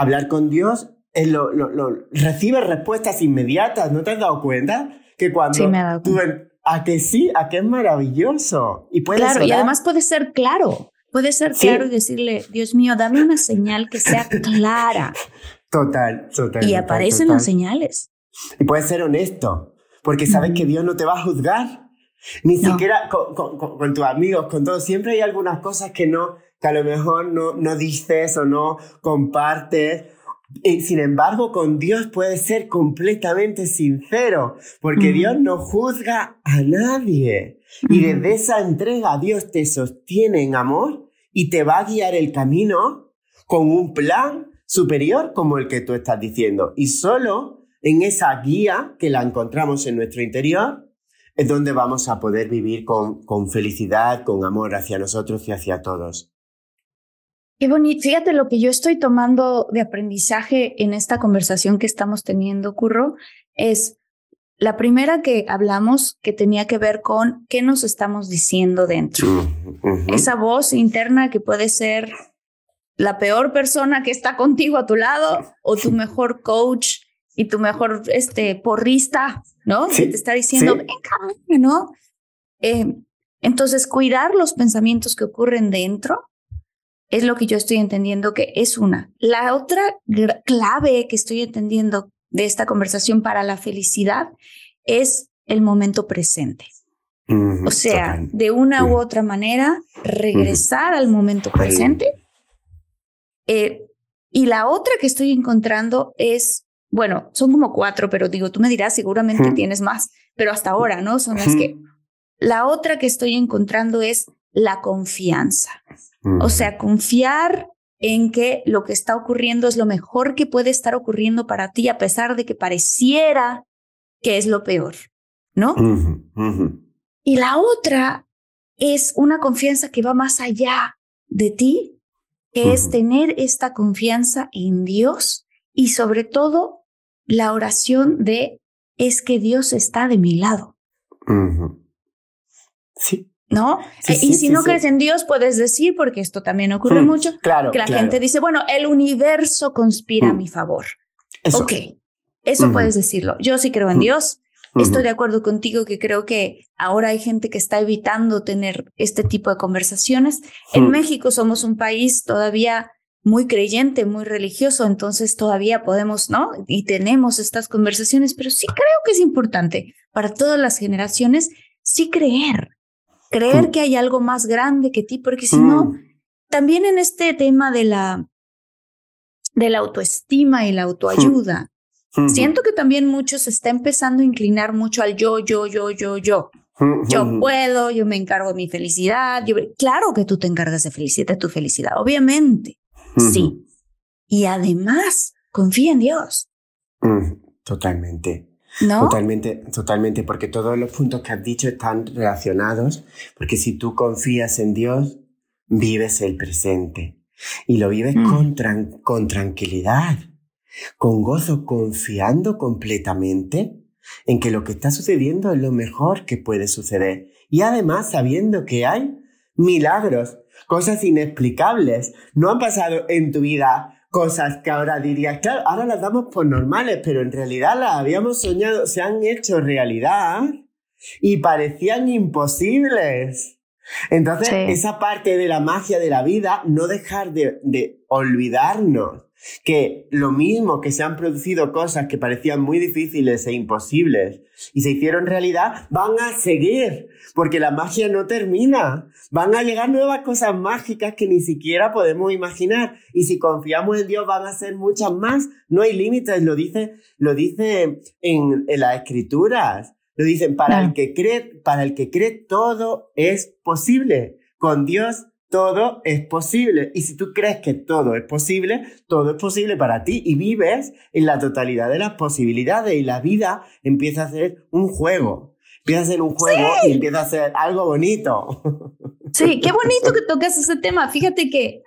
recibe respuestas inmediatas. ¿No te has dado cuenta? Que cuando Sí, me he dado cuenta. a que es maravilloso. Y puedes Claro, y orar. además puede ser claro. Puede ser Sí. claro y decirle, Dios mío, dame una señal que sea clara. Total. Y aparecen las señales. Y puedes ser honesto, porque sabes que Dios no te va a juzgar. Ni No. siquiera con tus amigos, con todos. Siempre hay algunas cosas que a lo mejor no dices o no compartes. Y sin embargo, con Dios puedes ser completamente sincero, porque Dios no juzga a nadie. Y desde esa entrega, Dios te sostiene en amor y te va a guiar el camino con un plan superior como el que tú estás diciendo. Y solo en esa guía que la encontramos en nuestro interior es donde vamos a poder vivir con felicidad, con amor hacia nosotros y hacia todos. Qué bonito. Fíjate lo que yo estoy tomando de aprendizaje en esta conversación que estamos teniendo, Curro, es la primera que hablamos que tenía que ver con qué nos estamos diciendo dentro. Esa voz interna que puede ser la peor persona que está contigo a tu lado o tu mejor coach y tu mejor porrista, ¿no? Sí, Que te está diciendo, sí. venga, ¿no? Entonces, cuidar los pensamientos que ocurren dentro es lo que yo estoy entendiendo que es una. La otra clave que estoy entendiendo de esta conversación para la felicidad es el momento presente. O sea, de una u otra manera, regresar al momento presente. Y la otra que estoy encontrando es, bueno, son como 4, pero digo, tú me dirás, seguramente tienes más, pero hasta ahora, ¿no? Son las que... La otra que estoy encontrando es la confianza. O sea, confiar en que lo que está ocurriendo es lo mejor que puede estar ocurriendo para ti, a pesar de que pareciera que es lo peor, ¿no? Y la otra es una confianza que va más allá de ti, que es tener esta confianza en Dios y sobre todo la oración de es que Dios está de mi lado. Sí. ¿No? Y si no crees en Dios, puedes decir, porque esto también ocurre mucho, que la gente dice, bueno, el universo conspira a mi favor. Eso. Ok, eso puedes decirlo. Yo sí creo en Dios. Estoy de acuerdo contigo que creo que ahora hay gente que está evitando tener este tipo de conversaciones. En México somos un país todavía muy creyente, muy religioso, entonces todavía podemos, ¿no? Y tenemos estas conversaciones, pero sí creo que es importante para todas las generaciones, sí creer que hay algo más grande que ti, porque si no, también en este tema de la autoestima y la autoayuda, siento que también muchos se está empezando a inclinar mucho al yo. Yo puedo, yo me encargo de mi felicidad. Claro que tú te encargas de tu felicidad, obviamente. Sí. Y además, confía en Dios. Totalmente. ¿No? Totalmente, porque todos los puntos que has dicho están relacionados, porque si tú confías en Dios, vives el presente y lo vives con tranquilidad, con gozo, confiando completamente en que lo que está sucediendo es lo mejor que puede suceder y además sabiendo que hay milagros, cosas inexplicables. No han pasado en tu vida cosas que ahora dirías, claro, ahora las damos por normales, pero en realidad las habíamos soñado, se han hecho realidad y parecían imposibles. Entonces, esa parte de la magia de la vida, no dejar de olvidarnos que lo mismo que se han producido cosas que parecían muy difíciles e imposibles y se hicieron realidad, van a seguir, porque la magia no termina. Van a llegar nuevas cosas mágicas que ni siquiera podemos imaginar. Y si confiamos en Dios, van a ser muchas más. No hay límites, lo dice en las Escrituras. Lo dicen, para el que cree, todo es posible. Con Dios todo es posible. Y si tú crees que todo es posible para ti y vives en la totalidad de las posibilidades y la vida empieza a ser un juego. Empieza a ser un juego y empieza a ser algo bonito. Sí, qué bonito que tocas ese tema. Fíjate que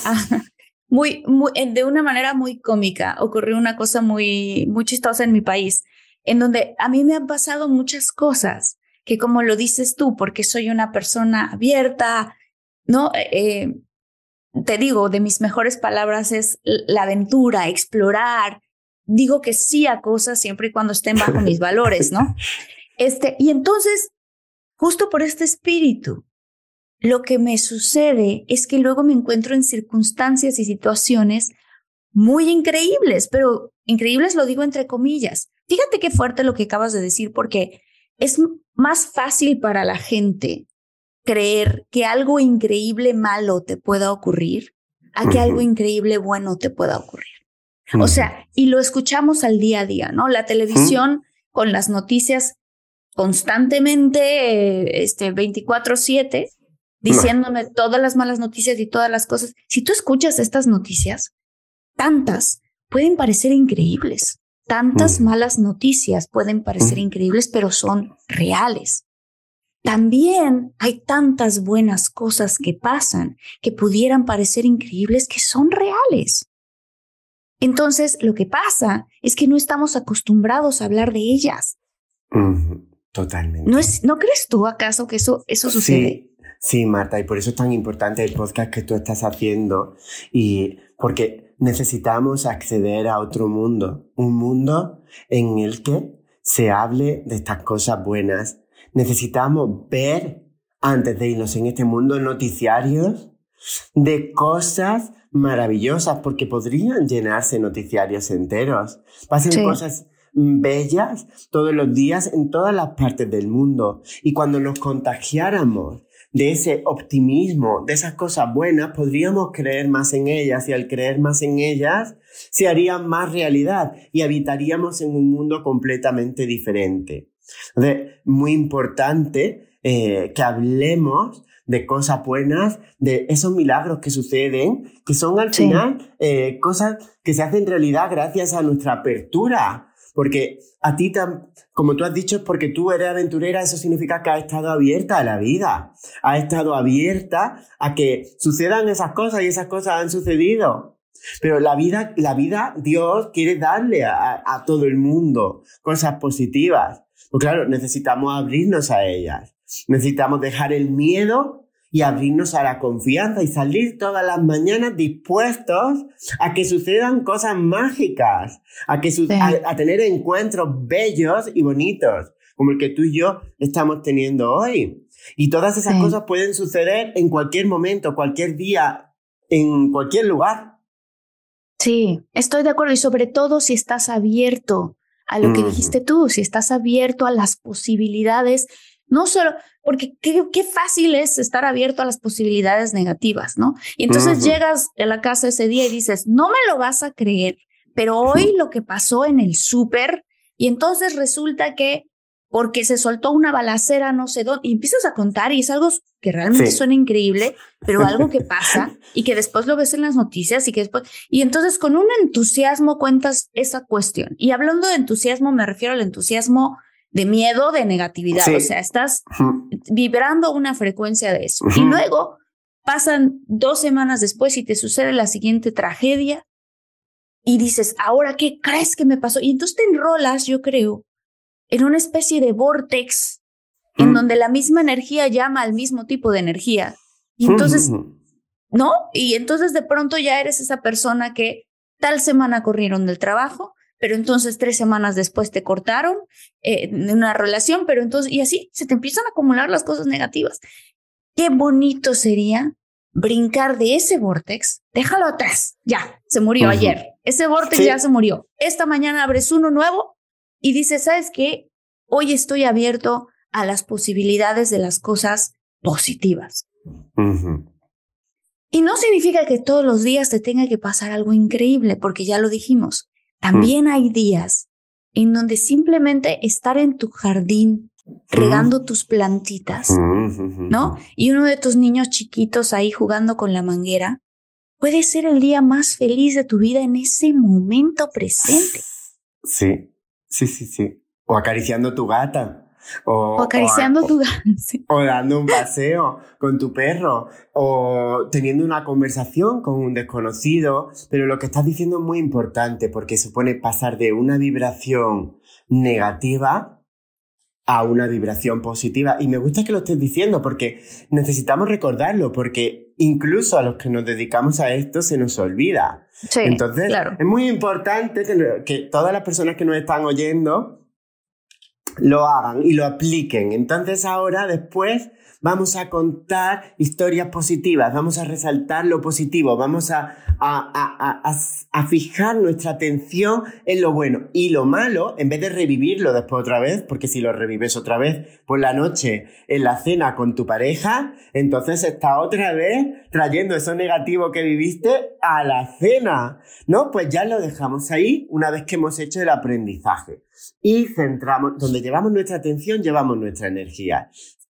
de una manera muy cómica ocurrió una cosa muy, muy chistosa en mi país, en donde a mí me han pasado muchas cosas que, como lo dices tú, porque soy una persona abierta, ¿no? Te digo, de mis mejores palabras es la aventura, explorar. Digo que sí a cosas siempre y cuando estén bajo mis valores, ¿no? Y entonces, justo por este espíritu, lo que me sucede es que luego me encuentro en circunstancias y situaciones muy increíbles, pero increíbles lo digo entre comillas. Fíjate qué fuerte lo que acabas de decir, porque es más fácil para la gente creer que algo increíble malo te pueda ocurrir a que algo increíble bueno te pueda ocurrir. O sea, y lo escuchamos al día a día, ¿no? La televisión con las noticias constantemente 24/7 diciéndome todas las malas noticias y todas las cosas. Si tú escuchas estas noticias, tantas pueden parecer increíbles. Tantas malas noticias pueden parecer increíbles, pero son reales. También hay tantas buenas cosas que pasan que pudieran parecer increíbles que son reales. Entonces, lo que pasa es que no estamos acostumbrados a hablar de ellas. Totalmente. ¿No crees tú acaso que eso sucede? Sí, Marta, y por eso es tan importante el podcast que tú estás haciendo, y porque necesitamos acceder a otro mundo, un mundo en el que se hable de estas cosas buenas. Necesitamos ver, antes de irnos en este mundo, noticiarios de cosas maravillosas, porque podrían llenarse noticiarios enteros. Pasan cosas bellas todos los días en todas las partes del mundo. Y cuando nos contagiáramos de ese optimismo, de esas cosas buenas, podríamos creer más en ellas, y al creer más en ellas se harían más realidad y habitaríamos en un mundo completamente diferente. Entonces, muy importante que hablemos de cosas buenas, de esos milagros que suceden, que son al final cosas que se hacen realidad gracias a nuestra apertura. Porque a ti, como tú has dicho, es porque tú eres aventurera, eso significa que has estado abierta a la vida. Has estado abierta a que sucedan esas cosas y esas cosas han sucedido. Pero la vida, Dios quiere darle a todo el mundo cosas positivas. Pues claro, necesitamos abrirnos a ellas. Necesitamos dejar el miedo y abrirnos a la confianza y salir todas las mañanas dispuestos a que sucedan cosas mágicas, a tener encuentros bellos y bonitos, como el que tú y yo estamos teniendo hoy. Y todas esas cosas pueden suceder en cualquier momento, cualquier día, en cualquier lugar. Sí, estoy de acuerdo, y sobre todo si estás abierto a lo que dijiste tú, si estás abierto a las posibilidades. No solo, porque qué fácil es estar abierto a las posibilidades negativas, ¿no? Y entonces llegas a la casa ese día y dices, no me lo vas a creer, pero hoy lo que pasó en el súper, y entonces resulta que porque se soltó una balacera no sé dónde, y empiezas a contar y es algo que realmente suena increíble, pero algo que pasa y que después lo ves en las noticias y entonces con un entusiasmo cuentas esa cuestión. Y hablando de entusiasmo, me refiero al entusiasmo de miedo, de negatividad. O sea, estás vibrando una frecuencia de eso. Y luego pasan 2 semanas después y te sucede la siguiente tragedia y dices, ¿ahora qué crees que me pasó? Y entonces te enrolas, yo creo, en una especie de vórtex en donde la misma energía llama al mismo tipo de energía. Y entonces, ¿no? Y entonces de pronto ya eres esa persona que tal semana corrieron del trabajo, pero entonces 3 semanas después te cortaron de una relación, pero entonces, y así se te empiezan a acumular las cosas negativas. Qué bonito sería brincar de ese vórtex, déjalo atrás, ya, se murió ayer, ese vórtex ya se murió. Esta mañana abres uno nuevo y dices, ¿sabes qué? Hoy estoy abierto a las posibilidades de las cosas positivas. Y no significa que todos los días te tenga que pasar algo increíble, porque ya lo dijimos. También hay días en donde simplemente estar en tu jardín regando tus plantitas, ¿no? Y uno de tus niños chiquitos ahí jugando con la manguera puede ser el día más feliz de tu vida en ese momento presente. Sí. O acariciando tu gata. O acariciando tu gata. Sí. O dando un paseo con tu perro. O teniendo una conversación con un desconocido. Pero lo que estás diciendo es muy importante porque supone pasar de una vibración negativa a una vibración positiva. Y me gusta que lo estés diciendo porque necesitamos recordarlo, porque incluso a los que nos dedicamos a esto se nos olvida. Sí, entonces, claro, es muy importante que todas las personas que nos están oyendo lo hagan y lo apliquen. Entonces ahora, después, vamos a contar historias positivas, vamos a resaltar lo positivo, vamos a fijar nuestra atención en lo bueno. Y lo malo, en vez de revivirlo después otra vez, porque si lo revives otra vez por la noche en la cena con tu pareja, entonces está otra vez trayendo eso negativo que viviste a la cena, ¿no? Pues ya lo dejamos ahí una vez que hemos hecho el aprendizaje. Y centramos, donde llevamos nuestra atención, llevamos nuestra energía.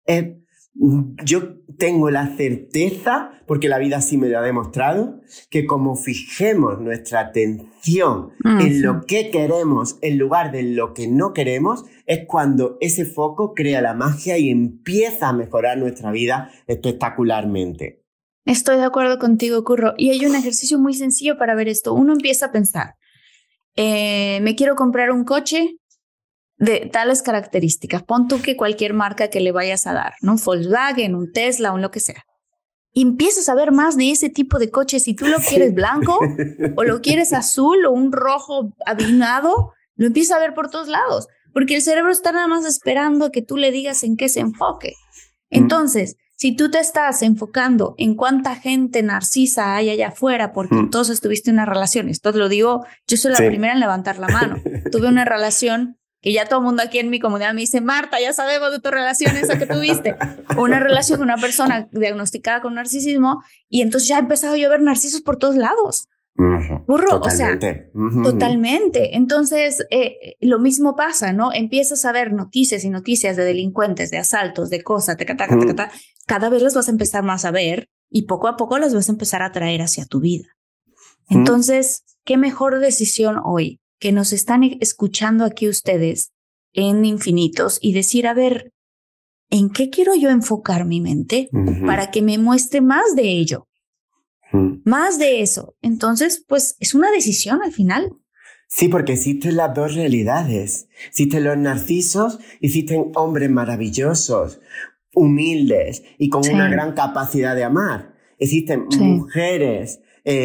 Yo tengo la certeza, porque la vida sí me lo ha demostrado, que como fijemos nuestra atención en lo que queremos en lugar de lo que no queremos, es cuando ese foco crea la magia y empieza a mejorar nuestra vida espectacularmente. Estoy de acuerdo contigo, Curro. Y hay un ejercicio muy sencillo para ver esto. Uno empieza a pensar, me quiero comprar un coche de tales características. Pon tú que cualquier marca que le vayas a dar, ¿no? Un Volkswagen, un Tesla, un lo que sea. Y empiezas a ver más de ese tipo de coches. Si tú lo quieres blanco o lo quieres azul o un rojo avinado, lo empiezas a ver por todos lados. Porque el cerebro está nada más esperando a que tú le digas en qué se enfoque. Entonces, Si tú te estás enfocando en cuánta gente narcisa hay allá afuera porque entonces tuviste una relación, esto te lo digo, yo soy la primera en levantar la mano. Tuve una relación que ya todo el mundo aquí en mi comunidad me dice, Marta, ya sabemos de tu relación esa que tuviste. Una relación con una persona diagnosticada con narcisismo y entonces ya ha empezado yo a ver narcisos por todos lados. Burro, totalmente. O sea, totalmente. Entonces, lo mismo pasa, ¿no? Empiezas a ver noticias y noticias de delincuentes, de asaltos, de cosas, cada vez las vas a empezar más a ver y poco a poco las vas a empezar a traer hacia tu vida. Entonces, ¿qué mejor decisión hoy que nos están escuchando aquí ustedes en Infinitos y decir, a ver, ¿en qué quiero yo enfocar mi mente para que me muestre más de ello? Más de eso. Entonces, pues es una decisión al final. Sí, porque existen las dos realidades. Existen los narcisos, existen hombres maravillosos, humildes y con una gran capacidad de amar. Existen mujeres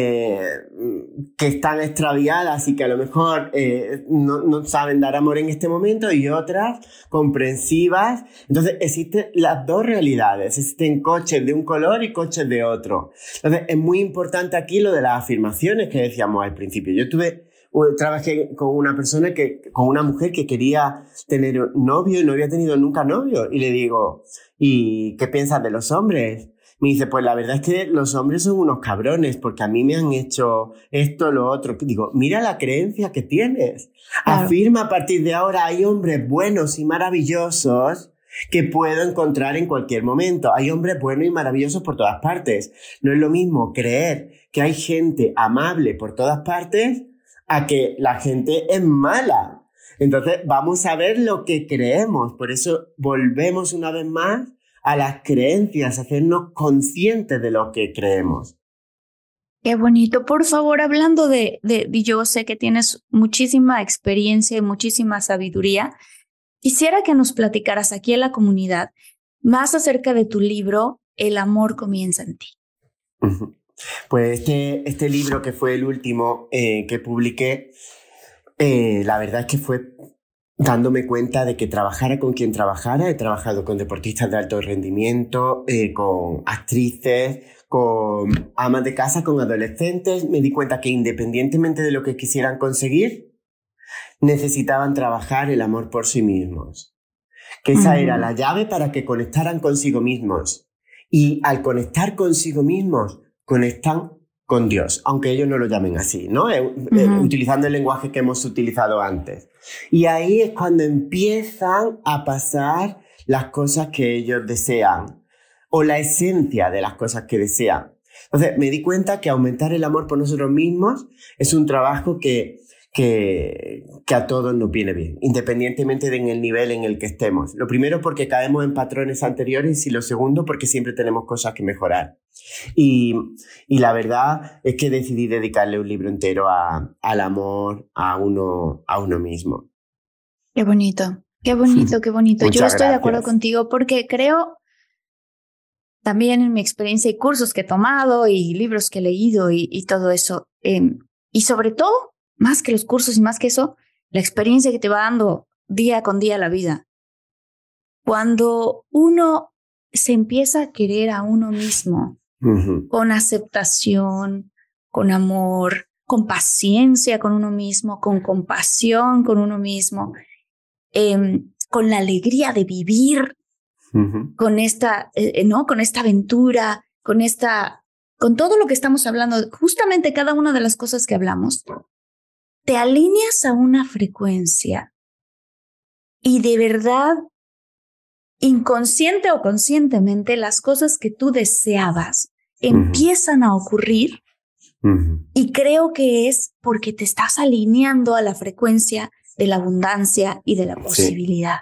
que están extraviadas y que a lo mejor no saben dar amor en este momento, y otras comprensivas. Entonces existen las dos realidades, existen coches de un color y coches de otro. Entonces es muy importante aquí lo de las afirmaciones que decíamos al principio. Trabajé con una mujer que quería tener novio y no había tenido nunca novio, y le digo, ¿y qué piensas de los hombres? Me dice, pues la verdad es que los hombres son unos cabrones porque a mí me han hecho esto, lo otro. Digo, mira la creencia que tienes. Claro. Afirma a partir de ahora, hay hombres buenos y maravillosos que puedo encontrar en cualquier momento. Hay hombres buenos y maravillosos por todas partes. No es lo mismo creer que hay gente amable por todas partes a que la gente es mala. Entonces vamos a ver lo que creemos. Por eso volvemos una vez más a las creencias, hacernos conscientes de lo que creemos. Qué bonito. Por favor, hablando de yo sé que tienes muchísima experiencia y muchísima sabiduría, quisiera que nos platicaras aquí en la comunidad más acerca de tu libro, El amor comienza en ti. Pues este libro, que fue el último que publiqué, la verdad es que fue dándome cuenta de que trabajara con quien trabajara. He trabajado con deportistas de alto rendimiento, con actrices, con amas de casa, con adolescentes. Me di cuenta que independientemente de lo que quisieran conseguir, necesitaban trabajar el amor por sí mismos. Que esa era la llave para que conectaran consigo mismos. Y al conectar consigo mismos, conectan con Dios, aunque ellos no lo llamen así, ¿no? Utilizando el lenguaje que hemos utilizado antes. Y ahí es cuando empiezan a pasar las cosas que ellos desean, o la esencia de las cosas que desean. Entonces me di cuenta que aumentar el amor por nosotros mismos es un trabajo que a todos nos viene bien, independientemente del nivel en el que estemos. Lo primero, porque caemos en patrones anteriores, y lo segundo, porque siempre tenemos cosas que mejorar. Y la verdad es que decidí dedicarle un libro entero al amor a uno mismo. Qué bonito, qué bonito, qué bonito. Yo estoy de acuerdo contigo porque creo, también en mi experiencia y cursos que he tomado y libros que he leído y todo eso, y sobre todo, más que los cursos y más que eso, la experiencia que te va dando día con día la vida. Cuando uno se empieza a querer a uno mismo, con aceptación, con amor, con paciencia con uno mismo, con compasión con uno mismo, con la alegría de vivir, con esta, ¿no? Con esta aventura, con todo lo que estamos hablando, justamente cada una de las cosas que hablamos, te alineas a una frecuencia y de verdad, inconsciente o conscientemente, las cosas que tú deseabas empiezan a ocurrir. Y creo que es porque te estás alineando a la frecuencia de la abundancia y de la posibilidad.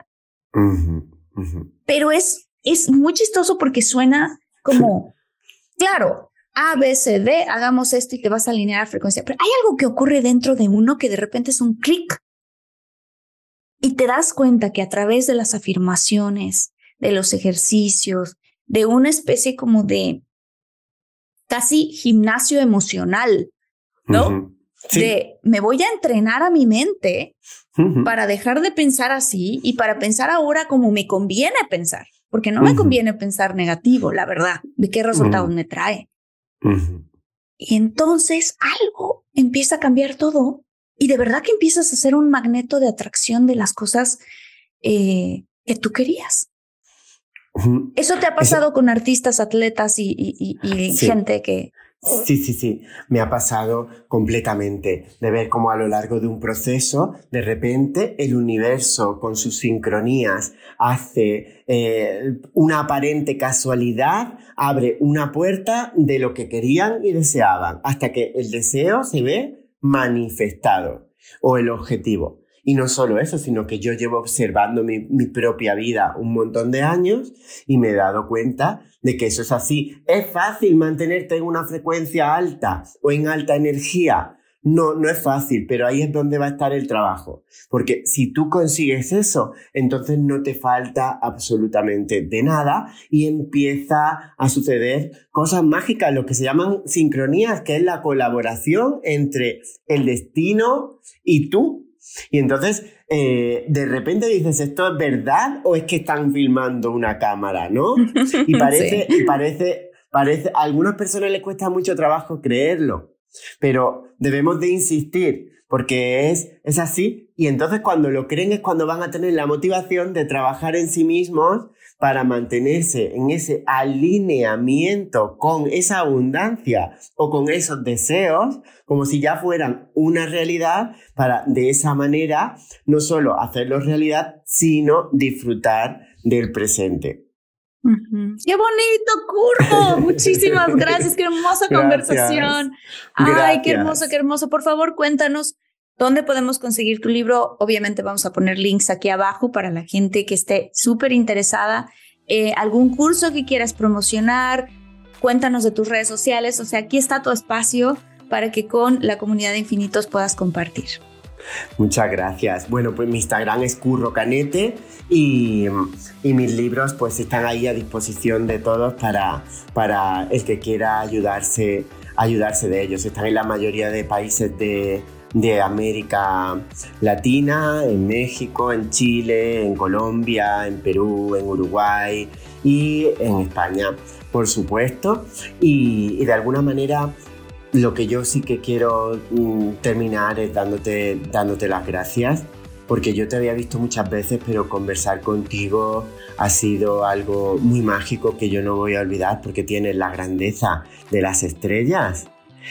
Pero es muy chistoso porque suena como, claro, A, B, C, D, hagamos esto y te vas a alinear a la frecuencia. Pero hay algo que ocurre dentro de uno que de repente es un clic. Y te das cuenta que a través de las afirmaciones, de los ejercicios, de una especie como de casi gimnasio emocional, ¿no? Sí. De me voy a entrenar a mi mente para dejar de pensar así y para pensar ahora como me conviene pensar. porque no me conviene pensar negativo, la verdad, de qué resultados me trae. Y entonces algo empieza a cambiar todo y de verdad que empiezas a ser un magneto de atracción de las cosas que tú querías. ¿Eso te ha pasado con artistas, atletas y sí. gente que... Sí. Me ha pasado completamente de ver cómo a lo largo de un proceso, de repente, el universo con sus sincronías hace una aparente casualidad, abre una puerta de lo que querían y deseaban, hasta que el deseo se ve manifestado o el objetivo. Y no solo eso, sino que yo llevo observando mi propia vida un montón de años y me he dado cuenta de que eso es así. ¿Es fácil mantenerte en una frecuencia alta o en alta energía? No es fácil, pero ahí es donde va a estar el trabajo. Porque si tú consigues eso, entonces no te falta absolutamente de nada y empieza a suceder cosas mágicas, lo que se llaman sincronías, que es la colaboración entre el destino y tú. Y entonces, de repente dices, ¿esto es verdad o es que están filmando una cámara, no? Y parece, a algunas personas les cuesta mucho trabajo creerlo, pero debemos de insistir porque es así. Y entonces cuando lo creen es cuando van a tener la motivación de trabajar en sí mismos para mantenerse en ese alineamiento con esa abundancia o con esos deseos, como si ya fueran una realidad, para de esa manera no solo hacerlos realidad, sino disfrutar del presente. ¡Qué bonito, Curro! Muchísimas gracias, qué hermosa conversación. Ay, qué hermoso. Por favor, cuéntanos dónde podemos conseguir tu libro. Obviamente vamos a poner links aquí abajo para la gente que esté súper interesada. Algún curso que quieras promocionar, cuéntanos de tus redes sociales. O sea, aquí está tu espacio para que con la comunidad de Infinitos puedas compartir. Muchas gracias. Bueno, pues mi Instagram es Curro Canete y mis libros pues están ahí a disposición de todos para el que quiera ayudarse de ellos. Están en la mayoría de países de América Latina, en México, en Chile, en Colombia, en Perú, en Uruguay y en España, por supuesto. Y de alguna manera lo que yo sí que quiero terminar es dándote las gracias, porque yo te había visto muchas veces, pero conversar contigo ha sido algo muy mágico que yo no voy a olvidar, porque tienes la grandeza de las estrellas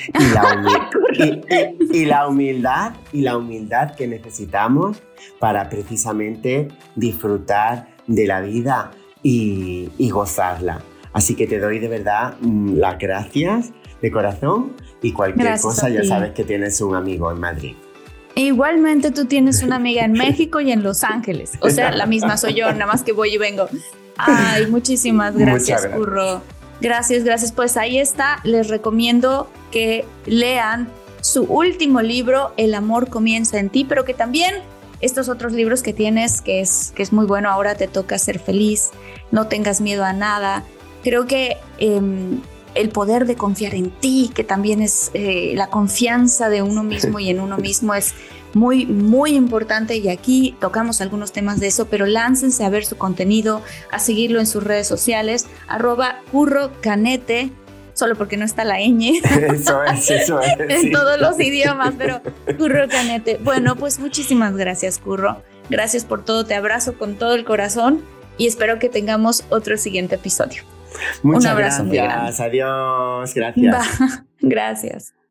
y la humildad que necesitamos para precisamente disfrutar de la vida y gozarla. Así que te doy de verdad las gracias de corazón y cualquier cosa ya sabes que tienes un amigo en Madrid. Igualmente tú tienes una amiga en México y en Los Ángeles. O sea, la misma soy yo, nada más que voy y vengo. Ay, muchísimas gracias, Curro. Gracias. Pues ahí está. Les recomiendo que lean su último libro, El amor comienza en ti, pero que también estos otros libros que tienes, que es muy bueno. Ahora te toca ser feliz, no tengas miedo a nada. Creo que el poder de confiar en ti, que también es la confianza de uno mismo y en uno mismo, es muy, muy importante. Y aquí tocamos algunos temas de eso, pero láncense a ver su contenido, a seguirlo en sus redes sociales, @CurroCanete, solo porque no está la ñ. Eso es. En sí. todos los idiomas, pero Curro Canete. Bueno, pues muchísimas gracias, Curro. Gracias por todo, te abrazo con todo el corazón y espero que tengamos otro siguiente episodio. Muchas Un abrazo gracias. Muy grande. Adiós. Gracias. Gracias.